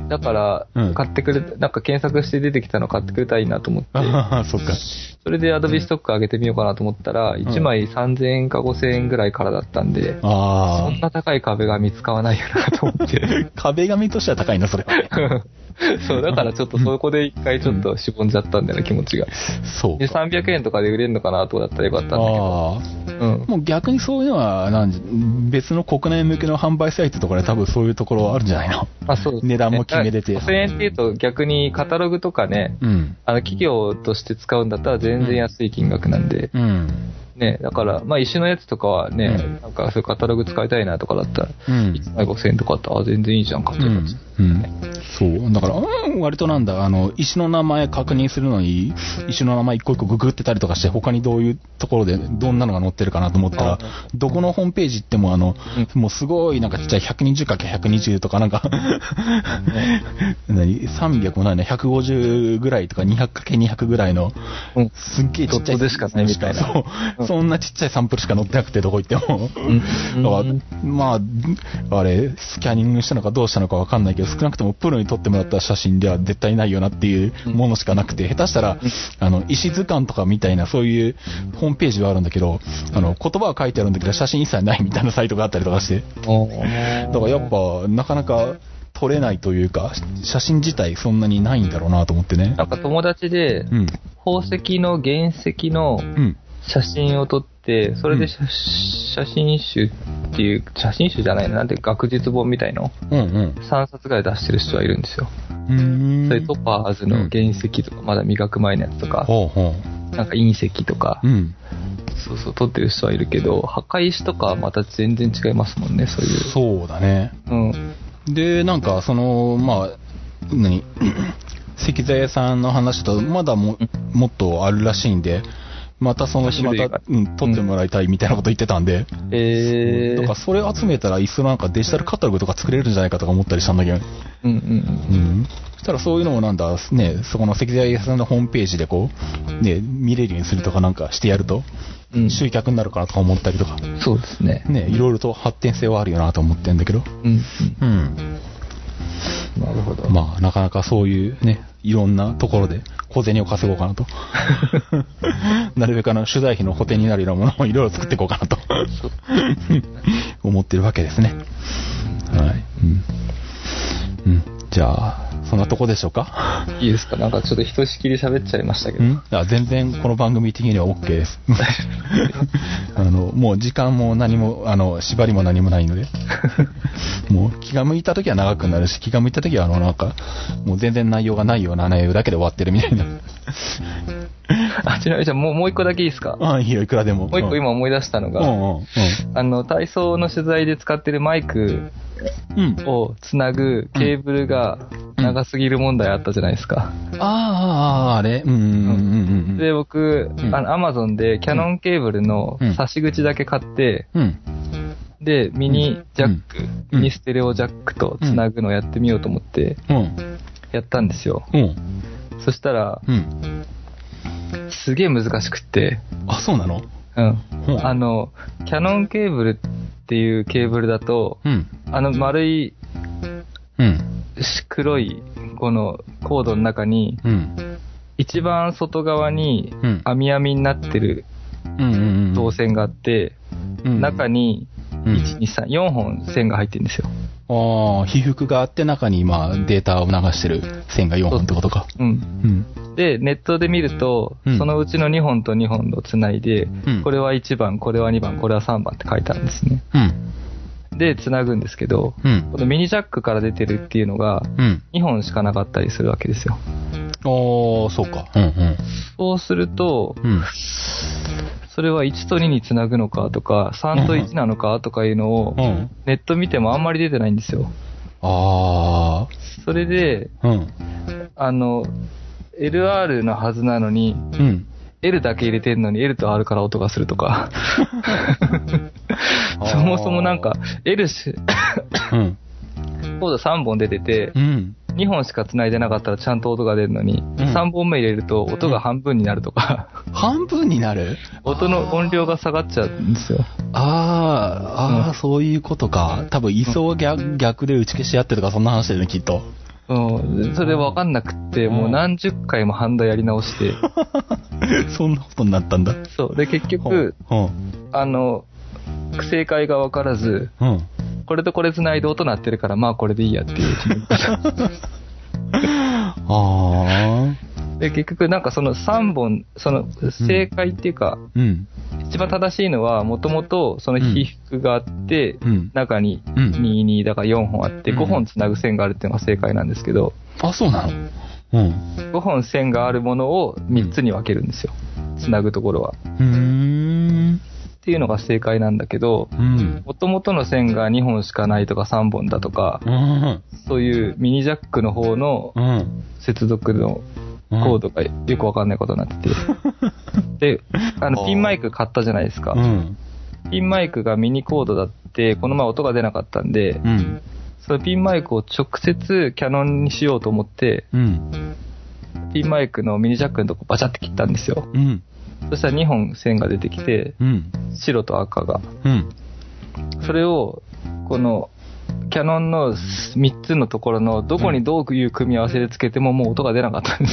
だから、買ってくれ、なんか検索して出てきたの買ってくれたらいいなと思って、 あ、そっか。 それでアドビストック上げてみようかなと思ったら、いちまいさんぜんえんかごせんえんぐらいからだったんで、あ、そんな高い壁紙使わないよなと思って。 壁紙としては高いな、それは。 そう、だからちょっとそこで一回ちょっとしぼんじゃったんだよね、気持ちが。そう。で、さんびゃくえんとかで売れるのかなとかだったらよかったんだけど。 うん。もう逆にそういうのは、なん別の国内向けの販売サイトとかで多分そういうところあるんじゃないの？あ、そうですね。値段も決めれて。 ごせんえんって言うと逆にカタログとかね、うん、あの企業として使うんだったら全然安い金額なんで。うん。うんね、だから、まあ、石のやつとかはね、うん、なんか、そういうカタログ使いたいなとかだったら、うん、いちまいごせんえんとかだったら、あ、全然いいじゃん、買ってたんです、うんうん。 そう。だから、うん、割となんだ、あの、石の名前確認するのに、石の名前一個一個ググってたりとかして、他にどういうところで、どんなのが載ってるかなと思ったら、どこのホームページ行っても、あの、うん、もうすごい、なんかちっちゃい ひゃくにじゅうかけるひゃくにじゅう とかなんか、何、さんびゃくもないね、ひゃくごじゅうぐらいとか にひゃくかけるにひゃく ぐらいの、すっげえちっちゃい。 ドットでしかないみたいな。 そう。そんなちっちゃいサンプルしか載ってなくて、どこ行っても。だから、まあ、あれ、スキャニングしたのかどうしたのかわかんないけど、少なくともプロに撮ってもらった写真では絶対ないよなっていうものしかなくて、下手したら、あの、石図鑑とかみたいな、そういうホームページはあるんだけど、あの、言葉は書いてあるんだけど、写真一切ないみたいなサイトがあったりとかして。だからやっぱ、なかなか、撮れないというか、写真自体そんなにないんだろうなと思ってね。 なんか友達で、うん、宝石の原石の写真を撮って、それで 写,、うん、写真集っていう、写真集じゃないな、なんて学術本みたいの、うんうん、さんさつぐらい出してる人はいるんですよ。うーん、それトパーズの原石とか、まだ磨く前のやつとか、うん、なんか隕石とか、うん、そうそう、撮ってる人はいるけど、墓石とかはまた全然違いますもんね、そういう。 そうだね。うん。で、なんか、その、まあ、何石材屋さんの話と、まだも、もっとあるらしいんで、またその日また、うん、撮ってもらいたいみたいなこと言ってたんで、うん、えー、だからそれ集めたら、いっそなんかデジタルカタログとか作れるんじゃないかとか思ったりしたんだけど、うんうんうん。うん。そしたらそういうのもなんだ、ね、そこの石材屋さんのホームページでこう、ね、見れるようにするとかなんかしてやると、うん、集客になるかなとか思ったりとか。 そうですね。 ね、いろいろと発展性はあるよなと思ってんだけど。うん。うん。なるほど。まあ、なかなかそういうね、いろんなところで小銭を稼ごうかなと。なるべくあの、取材費の補填になるようなものをいろいろ作っていこうかなと。思ってるわけですね。はい。うん。うん。じゃあ、そんなとこでしょうか。 いいですか。なんかちょっとひとしきり喋っちゃいましたけど。うん、 あ、全然この番組的には OK です。あの、もう時間も何も、あの、縛りも何もないので。もう気が向いた時は長くなるし、気が向いた時はあの、なんか、もう全然内容がないような内容だけで終わってるみたいな。 あ、ちなみにじゃあもう、もう一個だけいいですか。 ああ、いいよ、いくらでも。 もう一個今思い出したのが、うんうんうん、あの、体操の取材で使ってるマイクをつなぐケーブルが長すぎる問題あったじゃないですか。 うん、ああ、あれ、うんうんうんうん、 で、僕、うん、あの、アマゾンでキャノンケーブルの差し口だけ買って、うん、で、ミニジャック、うん、ミニステレオジャックとつなぐのをやってみようと思って、やったんですよ。うん、そしたら、うん、すげえ難しくって。 あ、そうなの？ うん。うん、あの、キャノンケーブルっていうケーブルだと、うん、あの丸い、うん、黒いこのコードの中に、うん、一番外側に網網になってる導線があって、うんうん、中にいち、に、さん、よんほん線が入ってるんですよ。 ああ、被覆があって中に今データを流してる線がよんほんってことか。うん。 うん、で、ネットで見ると、うん、そのうちのにほんとにほんをつないで、うん、これはいちばん、これはにばん、これはさんばんって書いてあるんですね。うん、で、つなぐんですけど、うん、このミニジャックから出てるっていうのが、にほんしかなかったりするわけですよ。 ああ、そうか。うんうん、 そうすると、うん、それはいちとににつなぐのかとか、さんといちなのかとかいうのを、うん、ネット見てもあんまり出てないんですよ。ああ。それで、うん、あの、エルアール のはずなのに、うん、 L だけ入れてんのに L と R から音がするとか。そもそもなんか L し、うん、コードさんぼん出てて、うん、にほんしか繋いでなかったらちゃんと音が出るのに、うん、さんぼんめ入れると音が半分になるとか。 うん、半分になる？ 音の音量が下がっちゃうんですよ。 あー、あー、うん、そういうことか。多分位相が 逆, 逆で打ち消し合ってとかそんな話だよね、きっと。 うん、それ分かんなくって、もう何十回もハンダやり直して。 そんなことになったんだ。 そう。で、結局、あの、正解が分からず、うん、これとこれ繋いで音鳴ってるから、まあこれでいいやっていう決めあで、結局なんかそのさんぼん、その正解っていうか、うん、一番正しいのは、もともとその被覆があって、うん、中にに、にだからよんほんあって、ごほん繋ぐ線があるっていうのが正解なんですけど、 あ、そうなの？ うん、ごほん線があるものをみっつに分けるんですよ。繋ぐところは。うーんっていうのが正解なんだけど、もともとの線がにほんしかないとかさんぼんだとか、うん、そういうミニジャックの方の接続のコードがよくわかんないことになってて。で、あの、ピンマイク買ったじゃないですか。うん、ピンマイクがミニコードだって、この前音が出なかったんで、うん、そのピンマイクを直接キャノンにしようと思って、うん、ピンマイクのミニジャックのとこバチャって切ったんですよ。うん、そしたらにほん線が出てきて、うん、白と赤が、うん。それを、この、キャノンのみっつのところのどこにどういう組み合わせでつけてももう音が出なかったん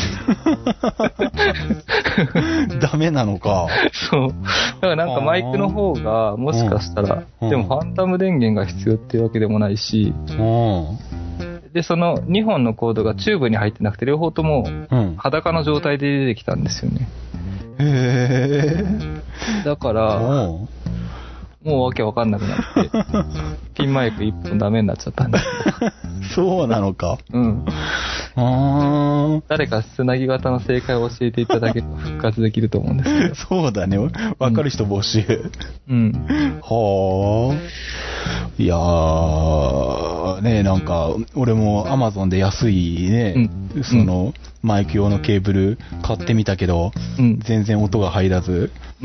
です。 ダメなのか。 そう。だからなんかマイクの方がもしかしたら、でもファンタム電源が必要っていうわけでもないし、で、そのにほんのコードがチューブに入ってなくて両方とも裸の状態で出てきたんですよね。へー。だから、もうわけわかんなくなって、ピンマイクいっぽんダメになっちゃったんですそうなのか。うん。 あ誰かつなぎ型の正解を教えていただければ復活できると思うんですけど。 そうだね。わかる人募集。うん。はあ。いやー、ね、なんか、俺も Amazon で安いね、うん、その、マイク用のケーブル買ってみたけど、うん、全然音が入らず、うん、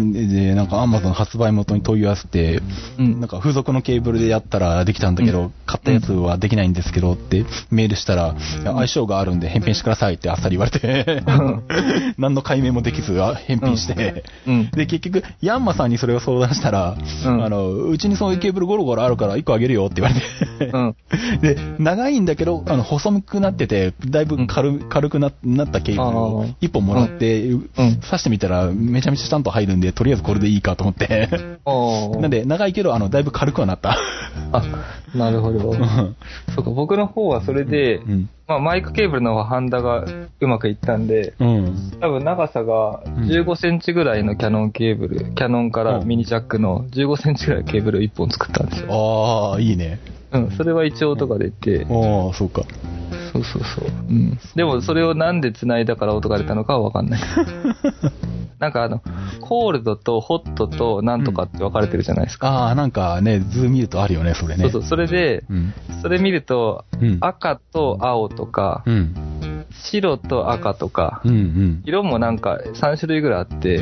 で、なんか Amazon 発売元に問い合わせて、うん、なんか付属のケーブルでやったらできたんだけど、うん、買ったやつはできないんですけどってメールしたら、うん、相性があるんで返品してくださいってあっさり言われて、うん、何の解明もできず返品して、うん、で、結局、ヤンマさんにそれを相談したら、うん、あの、うちにそういうケーブルゴロゴロあるからいっこあげるよって言われて、うん、で、長いんだけど、あの、細くなってて、だいぶ軽、軽くなったケーブルをいっぽんもらって、うん、刺してみたらめちゃめちゃちゃんと入るんで、とりあえずこれでいいかと思って。なんで、長いけど、あの、だいぶ軽くはなった。 あ、なるほど。そうか、僕の方はそれで、うん、まあ、マイクケーブルの方はハンダがうまくいったんで、うん、多分長さがじゅうごセンチぐらいのキャノンケーブル、キャノンからミニジャックのじゅうごセンチぐらいのケーブルをいっぽん作ったんですよ。 ああ、いいね。 うん、それは一応音が出て。 ああ、そうか。 そうそうそう。うん。でもそれをなんで繋いだから音が出たのかはわかんない。なんかあの、コールドとホットとなんとかって分かれてるじゃないですか。 うん、ああ、なんかね、図見るとあるよね、それね。 そうそう、それで、うん、それ見ると、うん、赤と青とか、うん、白と赤とか、うんうん、色もなんかさんしゅるいぐらいあって、うん、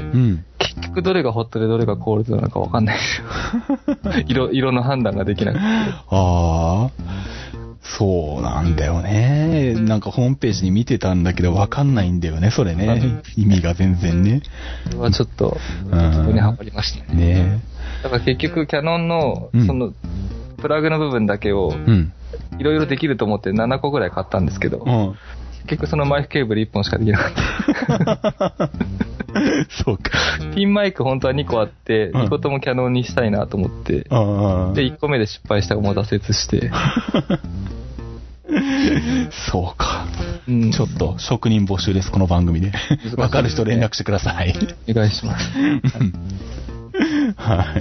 結局どれがホットでどれがコールドなのか分かんないですよ。色、色の判断ができなくて。ああ。そうなんだよね。なんかホームページに見てたんだけど分かんないんだよね、それね。意味が全然ね。 それはちょっと、自分にハマりましたね。ねだから結局キャノンの、その、プラグの部分だけを、いろいろできると思ってななこぐらい買ったんですけど、うん、結局そのマイクケーブルいっぽんしかできなかった。 そうか。 ピンマイク本当はにこあって、にこともキャノンにしたいなと思って、うん、で、いっこめで失敗したらもう挫折して。 そうか、うん。ちょっと職人募集です、この番組で。わかる人連絡してください。 お願いします。 はい。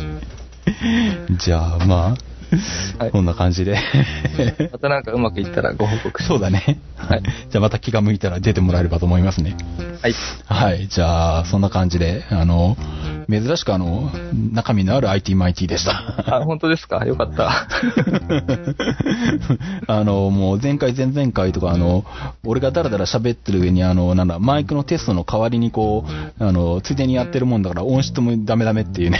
じゃあ、まあ、はい、こんな感じで。 またなんかうまくいったらご報告します。 そうだね。はい。じゃあまた気が向いたら出てもらえればと思いますね。 はい。 はい。じゃあ、そんな感じで、あの、 珍しくあの、中身のある アイティー マイティでした。 あ、本当ですか？よかった。 あの、もう前回前々回とかあの、俺がダラダラ喋ってる上にあの、なんだ、マイクのテストの代わりにこう、あの、ついでにやってるもんだから音質もダメダメっていうね。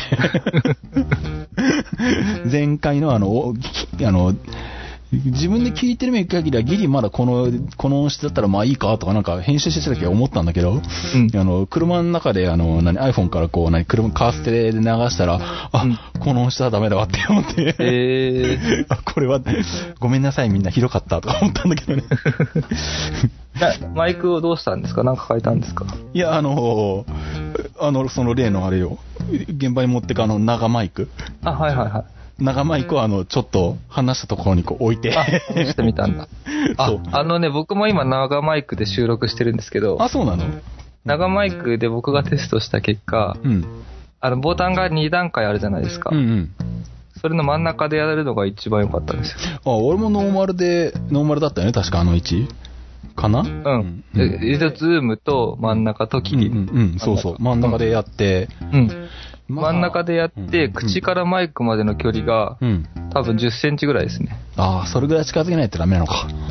前回のあの、あの、自分で聞いてる限りはギリまだこの、この音質だったらまあいいかとかなんか編集してた時は思ったんだけど、うん、あの、車の中であの、何、iPhone からこう、何、車、カーステで流したら、あ、うん、この音質はダメだわって思って、えー、これは、ごめんなさいみんなひどかったとか思ったんだけどね。 マイクをどうしたんですか？なんか変えたんですか？ いや、あの、あの、その例のあれよ、現場に持ってくあの、長マイク。 あ、はいはいはい。 長マイクをあの、ちょっと離したところにこう置いて。 あ、してみたんだ。あ、あのね、僕も今長マイクで収録してるんですけど。 あ、そうなの？ 長マイクで僕がテストした結果、うん、あの、ボタンがに段階あるじゃないですか。うんうん。それの真ん中でやれるのが一番良かったんですよ。 あ、俺もノーマルで、ノーマルだったよね、確かあの位置。かな？うん。 うん、で、ズームと真ん中と切り。 うん、うん、うん、そうそう。真ん中でやって、 うん。うんまあ、真ん中でやって、うん、口からマイクまでの距離が、うん、多分じゅっセンチぐらいですね。 ああ、それぐらい近づけないとダメなのか。うん。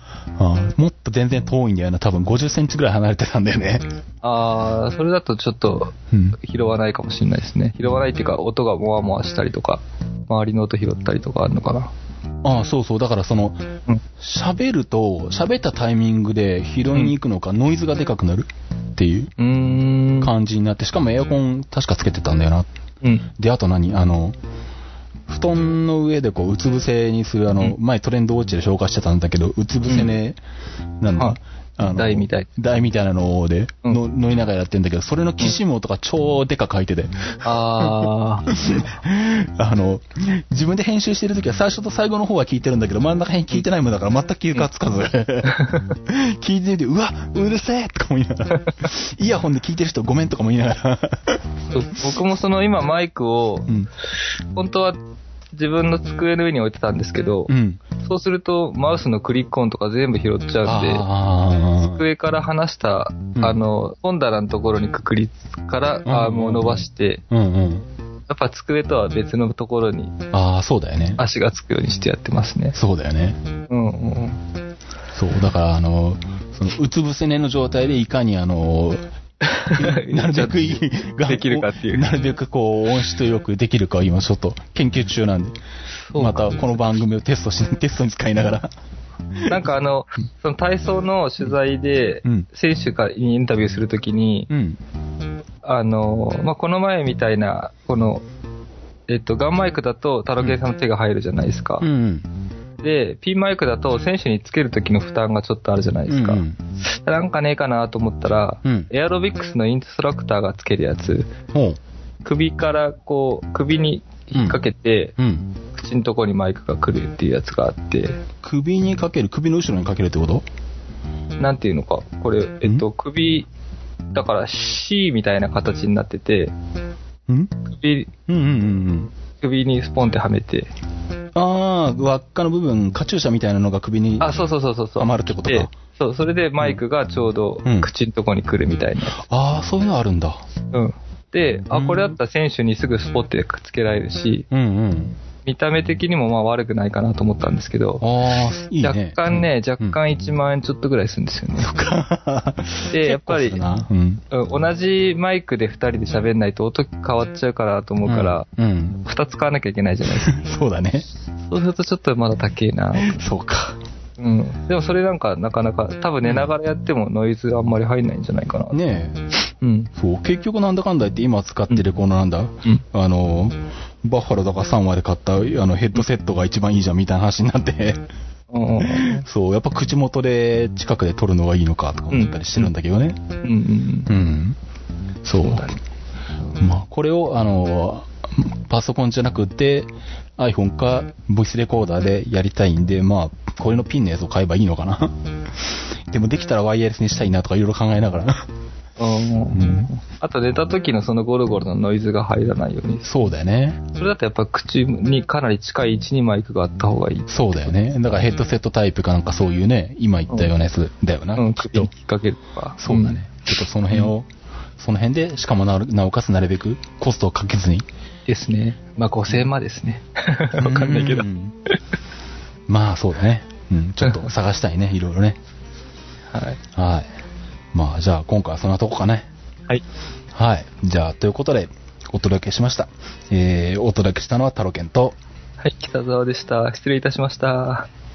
あもっと全然遠いんだよな。多分ごじゅっセンチぐらい離れてたんだよね。 ああ、それだとちょっと拾わないかもしれないですね。拾わないっていうか、音がモワモワしたりとか、周りの音拾ったりとかあるのかな。 ああ、そうそう。だからその、喋、うん、ると、喋ったタイミングで拾いに行くのか、うん、ノイズがでかくなるっていう感じになって、しかもエアコン確かつけてたんだよな。うん、で、あと何あの、布団の上でこう、うつ伏せにする、あの、うん、前トレンドウォッチで紹介してたんだけど、うつ伏せね、うん、なんだ、 あの台みたい。 台みたいなので、うん、の乗りながらやってんだけど、それの機種網とか超でか書いてて。ああ。あの、自分で編集してるときは最初と最後の方は聞いてるんだけど、真ん中辺聞いてないもんだから全く気がつかず。聞いてみて、うわ、うるせえとかも言いながら、イヤホンで聞いてる人ごめんとかも言いながら。 僕もその今マイクを、うん、本当は自分の机の上に置いてたんですけど、うん、そうするとマウスのクリック音とか全部拾っちゃうんで、机から離した、うん、あの、本棚のところにくくりからアームを伸ばして、うんうん、やっぱ机とは別のところに、 ああ、そうだよね。 足がつくようにしてやってますね。 そうだよね。うんうん。そう、だからあの、そのうつ伏せ寝の状態でいかにあの、なるべくいいできるかっていう。 なるべくこう音質よくできるかを今ちょっと研究中なんで、またこの番組をテストしテストに使いながら。 なんかあの、その体操の取材で、選手にインタビューするときに、うん、あの、まあ、この前みたいな、この、えっと、ガンマイクだとタロケイさんの手が入るじゃないですか。うんうんで、ピンマイクだと選手につけるときの負担がちょっとあるじゃないですか。うんうん、なんかねえかなと思ったら、うん、エアロビクスのインストラクターがつけるやつ、うん、首からこう、首に引っ掛けて、うんうん、口のところにマイクが来るっていうやつがあって。 首にかける首の後ろにかけるってこと？ なんていうのか。これ、えっと、首、だから C みたいな形になってて、ん首、うんうんうんうん、首にスポンってはめて、 ああ、輪っかの部分、カチューシャみたいなのが首にあ、そうそうそうそうそう余るってことか。 そう、それでマイクがちょうど口のとこに来るみたいな、うん。 ああ、そういうのあるんだ。 うん。で、あ、これだったら選手にすぐスポッてくっつけられるし、うんうん、見た目的にもまあ悪くないかなと思ったんですけど、あいいね、若干ね、若干いちまんえんちょっとぐらいするんですよね。うん、で、やっぱり、うん、同じマイクでふたりで喋んないと音変わっちゃうからと思うから、うんうん、ふたつ買わなきゃいけないじゃないですか。 そうだね。 そうするとちょっとまだ高えな。 そうか。 うん。でもそれなんかなかなか、多分寝ながらやってもノイズあんまり入んないんじゃないかな。 ねえ。うん。そう、結局なんだかんだ言って今使ってるこのなんだ、うん、あの、バッファローだからさんわで買ったあのヘッドセットが一番いいじゃんみたいな話になって、うん、そう、やっぱ口元で近くで撮るのがいいのかとか思ったりしてるんだけどね。うん。うん。うん、そう。そうだね。まあ、これを、あの、パソコンじゃなくて iPhone かボイスレコーダーでやりたいんで、まあ、これのピンのやつを買えばいいのかな。でもできたらワイヤレスにしたいなとかいろいろ考えながら。うん、 あと寝た時のそのゴロゴロのノイズが入らないように。 そうだよね。 それだとやっぱ口にかなり近い位置にマイクがあった方がいい。 そうだよね。だからヘッドセットタイプかなんかそういうね、今言ったようなやつだよな。 うん、首に引っ掛けるとか。 そうだね。ちょっとその辺をその辺で、しかもななおかつなるべくコストをかけずに。 ですね。まあごせんえんまですね。わかんないけど。 まあそうだね。うん、ちょっと探したいね、いろいろね。 はい。 はい。まあじゃあ今回はそんなとこかね。 はい。 はい。じゃあということで、お届けしました。えー、お届けしたのはタロケンと、 はい、北沢でした。失礼いたしました。